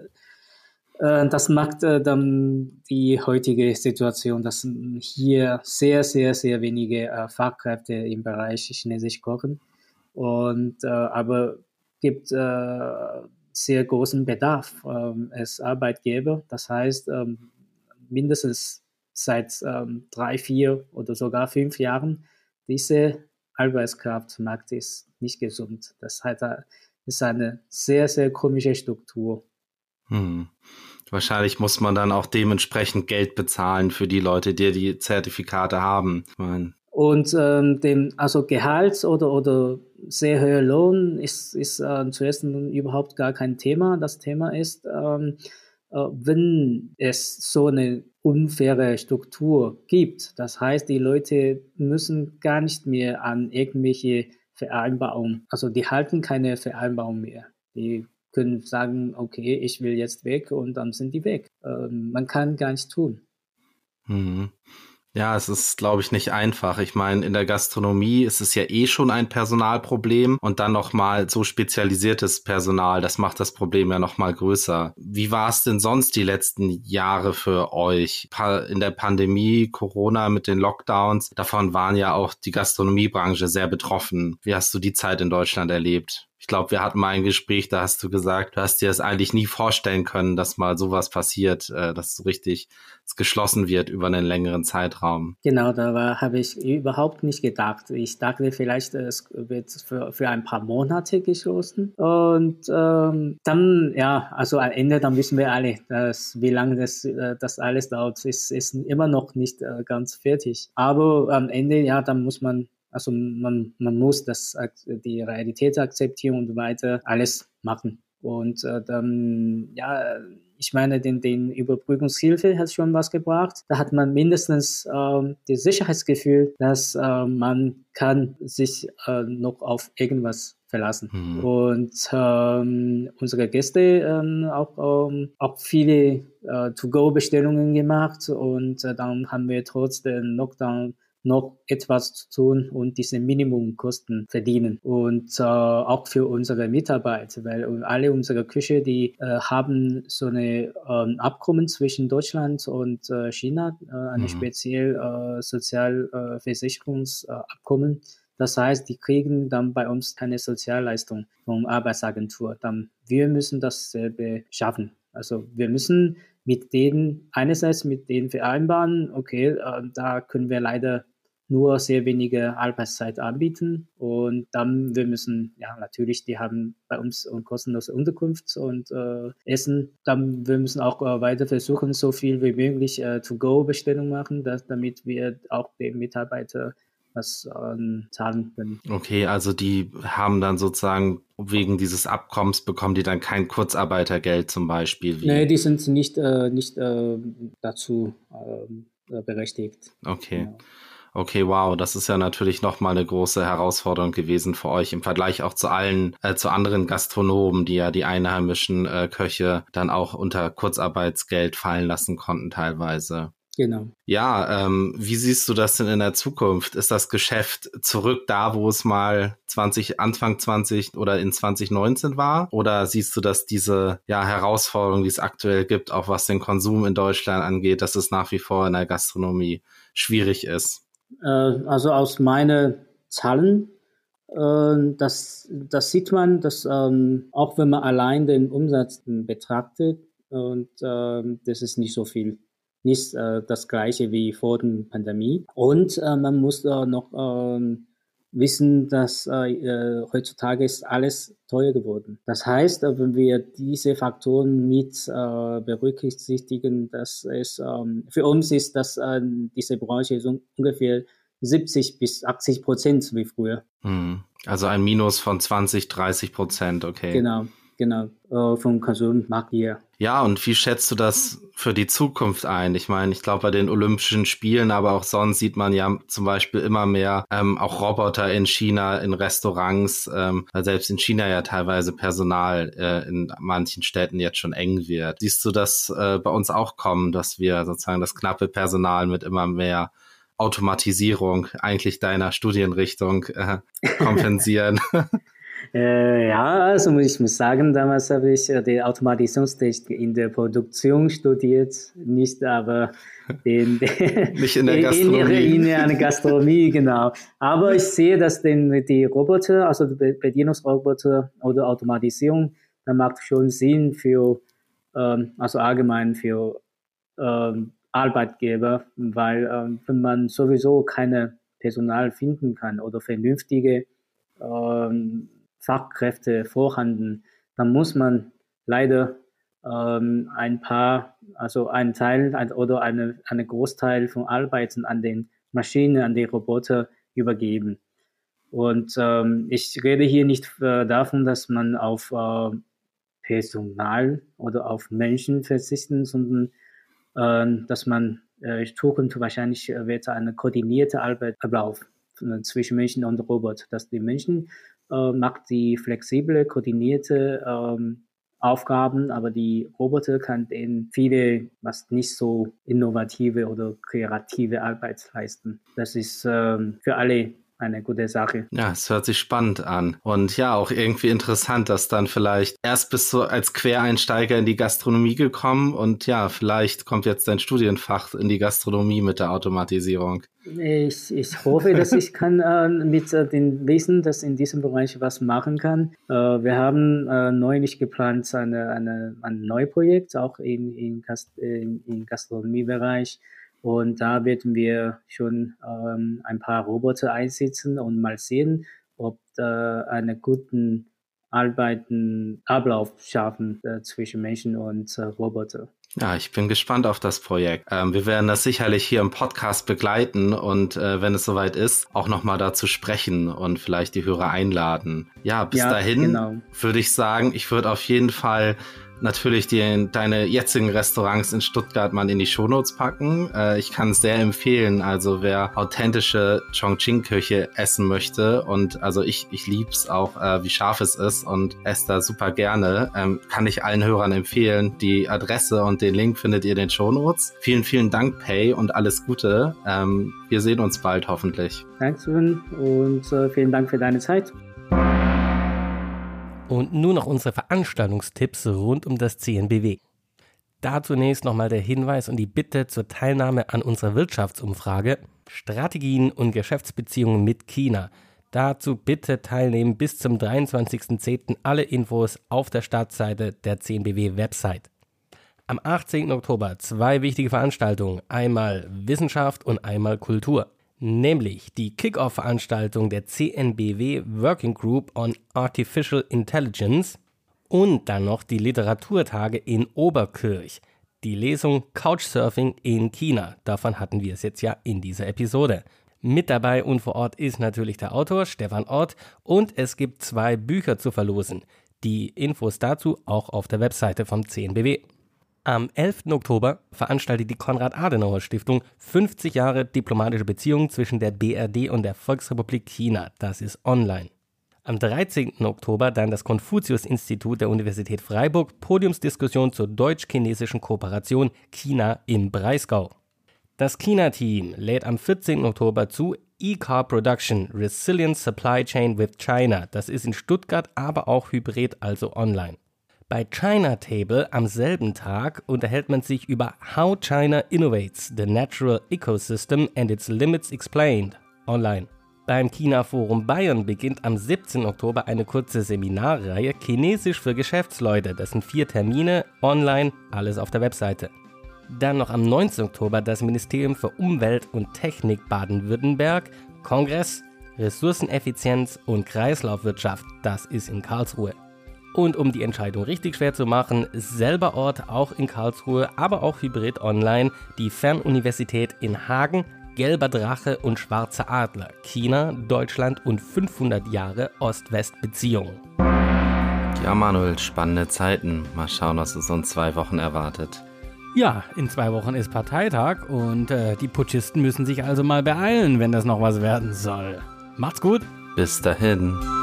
äh, das macht äh, dann die heutige Situation, dass hier sehr, sehr, sehr wenige äh, Fachkräfte im Bereich Chinesisch kochen. Und äh, aber gibt äh, sehr großen Bedarf ähm, als Arbeitgeber. Das heißt, ähm, mindestens seit ähm, drei, vier oder sogar fünf Jahren, diese Arbeitskraftmarkt ist nicht gesund. Das heißt, das ist eine sehr, sehr komische Struktur. Hm. Wahrscheinlich muss man dann auch dementsprechend Geld bezahlen für die Leute, die die Zertifikate haben. Ich mein. Und ähm, dem, also Gehalt oder, oder sehr hoher Lohn ist, ist äh, zuerst überhaupt gar kein Thema. Das Thema ist, ähm, äh, wenn es so eine unfaire Struktur gibt, das heißt, die Leute müssen gar nicht mehr an irgendwelche Vereinbarungen, also die halten keine Vereinbarung mehr. Die können sagen, okay, ich will jetzt weg und dann sind die weg. Ähm, man kann gar nichts tun. Mhm. Ja, es ist, glaube ich, nicht einfach. Ich meine, in der Gastronomie ist es ja eh schon ein Personalproblem und dann nochmal so spezialisiertes Personal, das macht das Problem ja nochmal größer. Wie war es denn sonst die letzten Jahre für euch? In der Pandemie, Corona mit den Lockdowns, davon waren ja auch die Gastronomiebranche sehr betroffen. Wie hast du die Zeit in Deutschland erlebt? Ich glaube, wir hatten mal ein Gespräch, da hast du gesagt, du hast dir das eigentlich nie vorstellen können, dass mal sowas passiert, dass so richtig geschlossen wird über einen längeren Zeitraum. Genau, da habe ich überhaupt nicht gedacht. Ich dachte vielleicht, es wird für, für ein paar Monate geschlossen. Und ähm, dann, ja, also am Ende, dann wissen wir alle, dass, wie lange das, das alles dauert, ist, ist immer noch nicht äh, ganz fertig. Aber am Ende, ja, dann muss man Also man, man muss das, die Realität akzeptieren und weiter alles machen. Und äh, dann, ja, ich meine, den, den Überbrückungshilfe hat schon was gebracht. Da hat man mindestens ähm, das Sicherheitsgefühl, dass äh, man kann sich äh, noch auf irgendwas verlassen. Mhm. Und ähm, unsere Gäste ähm, auch, ähm, auch viele äh, To-Go-Bestellungen gemacht und äh, dann haben wir trotz dem Lockdown noch etwas zu tun und diese Minimumkosten verdienen. Und äh, auch für unsere Mitarbeiter, weil alle unsere Küche, die äh, haben so eine äh, Abkommen zwischen Deutschland und äh, China, äh, eine mhm. speziell äh, Sozialversicherungsabkommen. Äh, das heißt, die kriegen dann bei uns keine Sozialleistung von Arbeitsagentur. Dann wir müssen dasselbe schaffen. Also wir müssen mit denen, einerseits mit denen vereinbaren, okay, äh, da können wir leider nur sehr wenige Arbeitszeit anbieten und dann, wir müssen, ja natürlich, die haben bei uns kostenlose Unterkunft und äh, Essen, dann wir müssen auch äh, weiter versuchen, so viel wie möglich äh, To-Go-Bestellung machen, dass, damit wir auch den Mitarbeiter was ähm, zahlen können. Okay, also die haben dann sozusagen wegen dieses Abkommens bekommen die dann kein Kurzarbeitergeld zum Beispiel? Wie? Nee, die sind nicht, äh, nicht äh, dazu äh, berechtigt. Okay. Genau. Okay, wow, das ist ja natürlich nochmal eine große Herausforderung gewesen für euch im Vergleich auch zu allen, äh, zu anderen Gastronomen, die ja die einheimischen äh, Köche dann auch unter Kurzarbeitsgeld fallen lassen konnten teilweise. Genau. Ja, ähm, wie siehst du das denn in der Zukunft? Ist das Geschäft zurück da, wo es mal zwanzig, Anfang zwanzig oder in zwanzig neunzehn war? Oder siehst du, dass diese ja, Herausforderung, die es aktuell gibt, auch was den Konsum in Deutschland angeht, dass es nach wie vor in der Gastronomie schwierig ist? Äh, also aus meinen Zahlen, äh, das, das sieht man, dass ähm, auch wenn man allein den Umsatz betrachtet, und äh, das ist nicht so viel. Nicht äh, das gleiche wie vor der Pandemie. Und äh, man muss äh, noch äh, wissen, dass äh, heutzutage ist alles teuer geworden. Das heißt, äh, wenn wir diese Faktoren mit äh, berücksichtigen, dass es ähm, für uns ist, dass äh, diese Branche so ungefähr siebzig bis achtzig Prozent wie früher. Hm. Also ein Minus von zwanzig, dreißig Prozent, okay. Genau. Genau, äh, vom Konsummarkt hier. Ja, und wie schätzt du das für die Zukunft ein? Ich meine, ich glaube, bei den Olympischen Spielen, aber auch sonst sieht man ja zum Beispiel immer mehr ähm, auch Roboter in China, in Restaurants, ähm, weil selbst in China ja teilweise Personal äh, in manchen Städten jetzt schon eng wird. Siehst du das äh, bei uns auch kommen, dass wir sozusagen das knappe Personal mit immer mehr Automatisierung eigentlich deiner Studienrichtung äh, kompensieren? Äh, ja, also ich muss sagen, damals habe ich äh, die Automatisierungstechnik in der Produktion studiert, nicht aber den, den nicht in der Gastronomie. In, in der Gastronomie, genau. Aber ich sehe, dass den, die Roboter, also die Bedienungsroboter oder Automatisierung, da macht schon Sinn für, ähm, also allgemein für ähm, Arbeitgeber, weil ähm, wenn man sowieso keine Personal finden kann oder vernünftige ähm, Fachkräfte vorhanden, dann muss man leider ähm, ein paar, also einen Teil ein, oder eine, einen Großteil von Arbeiten an den Maschinen, an die Roboter übergeben. Und ähm, ich rede hier nicht äh, davon, dass man auf äh, Personal oder auf Menschen verzichten, sondern äh, dass man äh, Zukunft wahrscheinlich wird eine koordinierte Arbeit Ablauf äh, zwischen Menschen und Robot, dass die Menschen äh, macht die flexible, koordinierte ähm, Aufgaben, aber die Roboter kann denen viele, was nicht so innovative oder kreative Arbeit leisten. Das ist ähm, für alle eine gute Sache. Ja, es hört sich spannend an. Und ja, auch irgendwie interessant, dass dann vielleicht erst bist du als Quereinsteiger in die Gastronomie gekommen und ja, vielleicht kommt jetzt dein Studienfach in die Gastronomie mit der Automatisierung. Ich, ich hoffe, dass ich kann äh, mit äh, dem Wissen, dass in diesem Bereich was machen kann. Äh, wir haben äh, neulich geplant eine, eine, ein neues Projekt, auch im, im, Gast, im, im Gastronomiebereich. Und da werden wir schon ähm, ein paar Roboter einsetzen und mal sehen, ob da einen guten Arbeiten, Ablauf schaffen äh, zwischen Menschen und äh, Roboter. Ja, ich bin gespannt auf das Projekt. Ähm, wir werden das sicherlich hier im Podcast begleiten und äh, wenn es soweit ist, auch nochmal dazu sprechen und vielleicht die Hörer einladen. Ja, bis ja, dahin genau. würde ich sagen, ich würde auf jeden Fall natürlich die, deine jetzigen Restaurants in Stuttgart mal in die Shownotes packen. Äh, ich kann es sehr empfehlen, also wer authentische Chongqing-Küche essen möchte und also ich, ich lieb's auch, äh, wie scharf es ist und esse da super gerne, ähm, kann ich allen Hörern empfehlen. Die Adresse und den Link findet ihr in den Shownotes. Vielen, vielen Dank, Pei, und alles Gute. Ähm, wir sehen uns bald hoffentlich. Dankeschön und äh, vielen Dank für deine Zeit. Und nun noch unsere Veranstaltungstipps rund um das C N B W. Da zunächst nochmal der Hinweis und die Bitte zur Teilnahme an unserer Wirtschaftsumfrage Strategien und Geschäftsbeziehungen mit China. Dazu bitte teilnehmen bis zum dreiundzwanzigsten zehnten Alle Infos auf der Startseite der C N B W-Website. Am achtzehnten Oktober zwei wichtige Veranstaltungen, einmal Wissenschaft und einmal Kultur. Nämlich die Kick-Off-Veranstaltung der C N B W Working Group on Artificial Intelligence und dann noch die Literaturtage in Oberkirch, die Lesung Couchsurfing in China. Davon hatten wir es jetzt ja in dieser Episode. Mit dabei und vor Ort ist natürlich der Autor Stefan Ott und es gibt zwei Bücher zu verlosen. Die Infos dazu auch auf der Webseite vom C N B W. Am elften Oktober veranstaltet die Konrad-Adenauer-Stiftung fünfzig Jahre diplomatische Beziehungen zwischen der B R D und der Volksrepublik China. Das ist online. Am dreizehnten Oktober dann das Konfuzius-Institut der Universität Freiburg, Podiumsdiskussion zur deutsch-chinesischen Kooperation China im Breisgau. Das China-Team lädt am vierzehnten Oktober zu E-Car Production, Resilient Supply Chain with China. Das ist in Stuttgart, aber auch hybrid, also online. Bei China Table am selben Tag unterhält man sich über How China Innovates, the Natural Ecosystem and its Limits Explained, online. Beim China-Forum Bayern beginnt am siebzehnten Oktober eine kurze Seminarreihe Chinesisch für Geschäftsleute. Das sind vier Termine, online, alles auf der Webseite. Dann noch am neunzehnten Oktober das Ministerium für Umwelt und Technik Baden-Württemberg, Kongress, Ressourceneffizienz und Kreislaufwirtschaft, das ist in Karlsruhe. Und um die Entscheidung richtig schwer zu machen, selber Ort auch in Karlsruhe, aber auch hybrid online, die Fernuniversität in Hagen, Gelber Drache und Schwarzer Adler, China, Deutschland und fünfhundert Jahre Ost-West-Beziehung. Ja, Manuel, spannende Zeiten. Mal schauen, was uns so in zwei Wochen erwartet. Ja, in zwei Wochen ist Parteitag und äh, die Putschisten müssen sich also mal beeilen, wenn das noch was werden soll. Macht's gut. Bis dahin.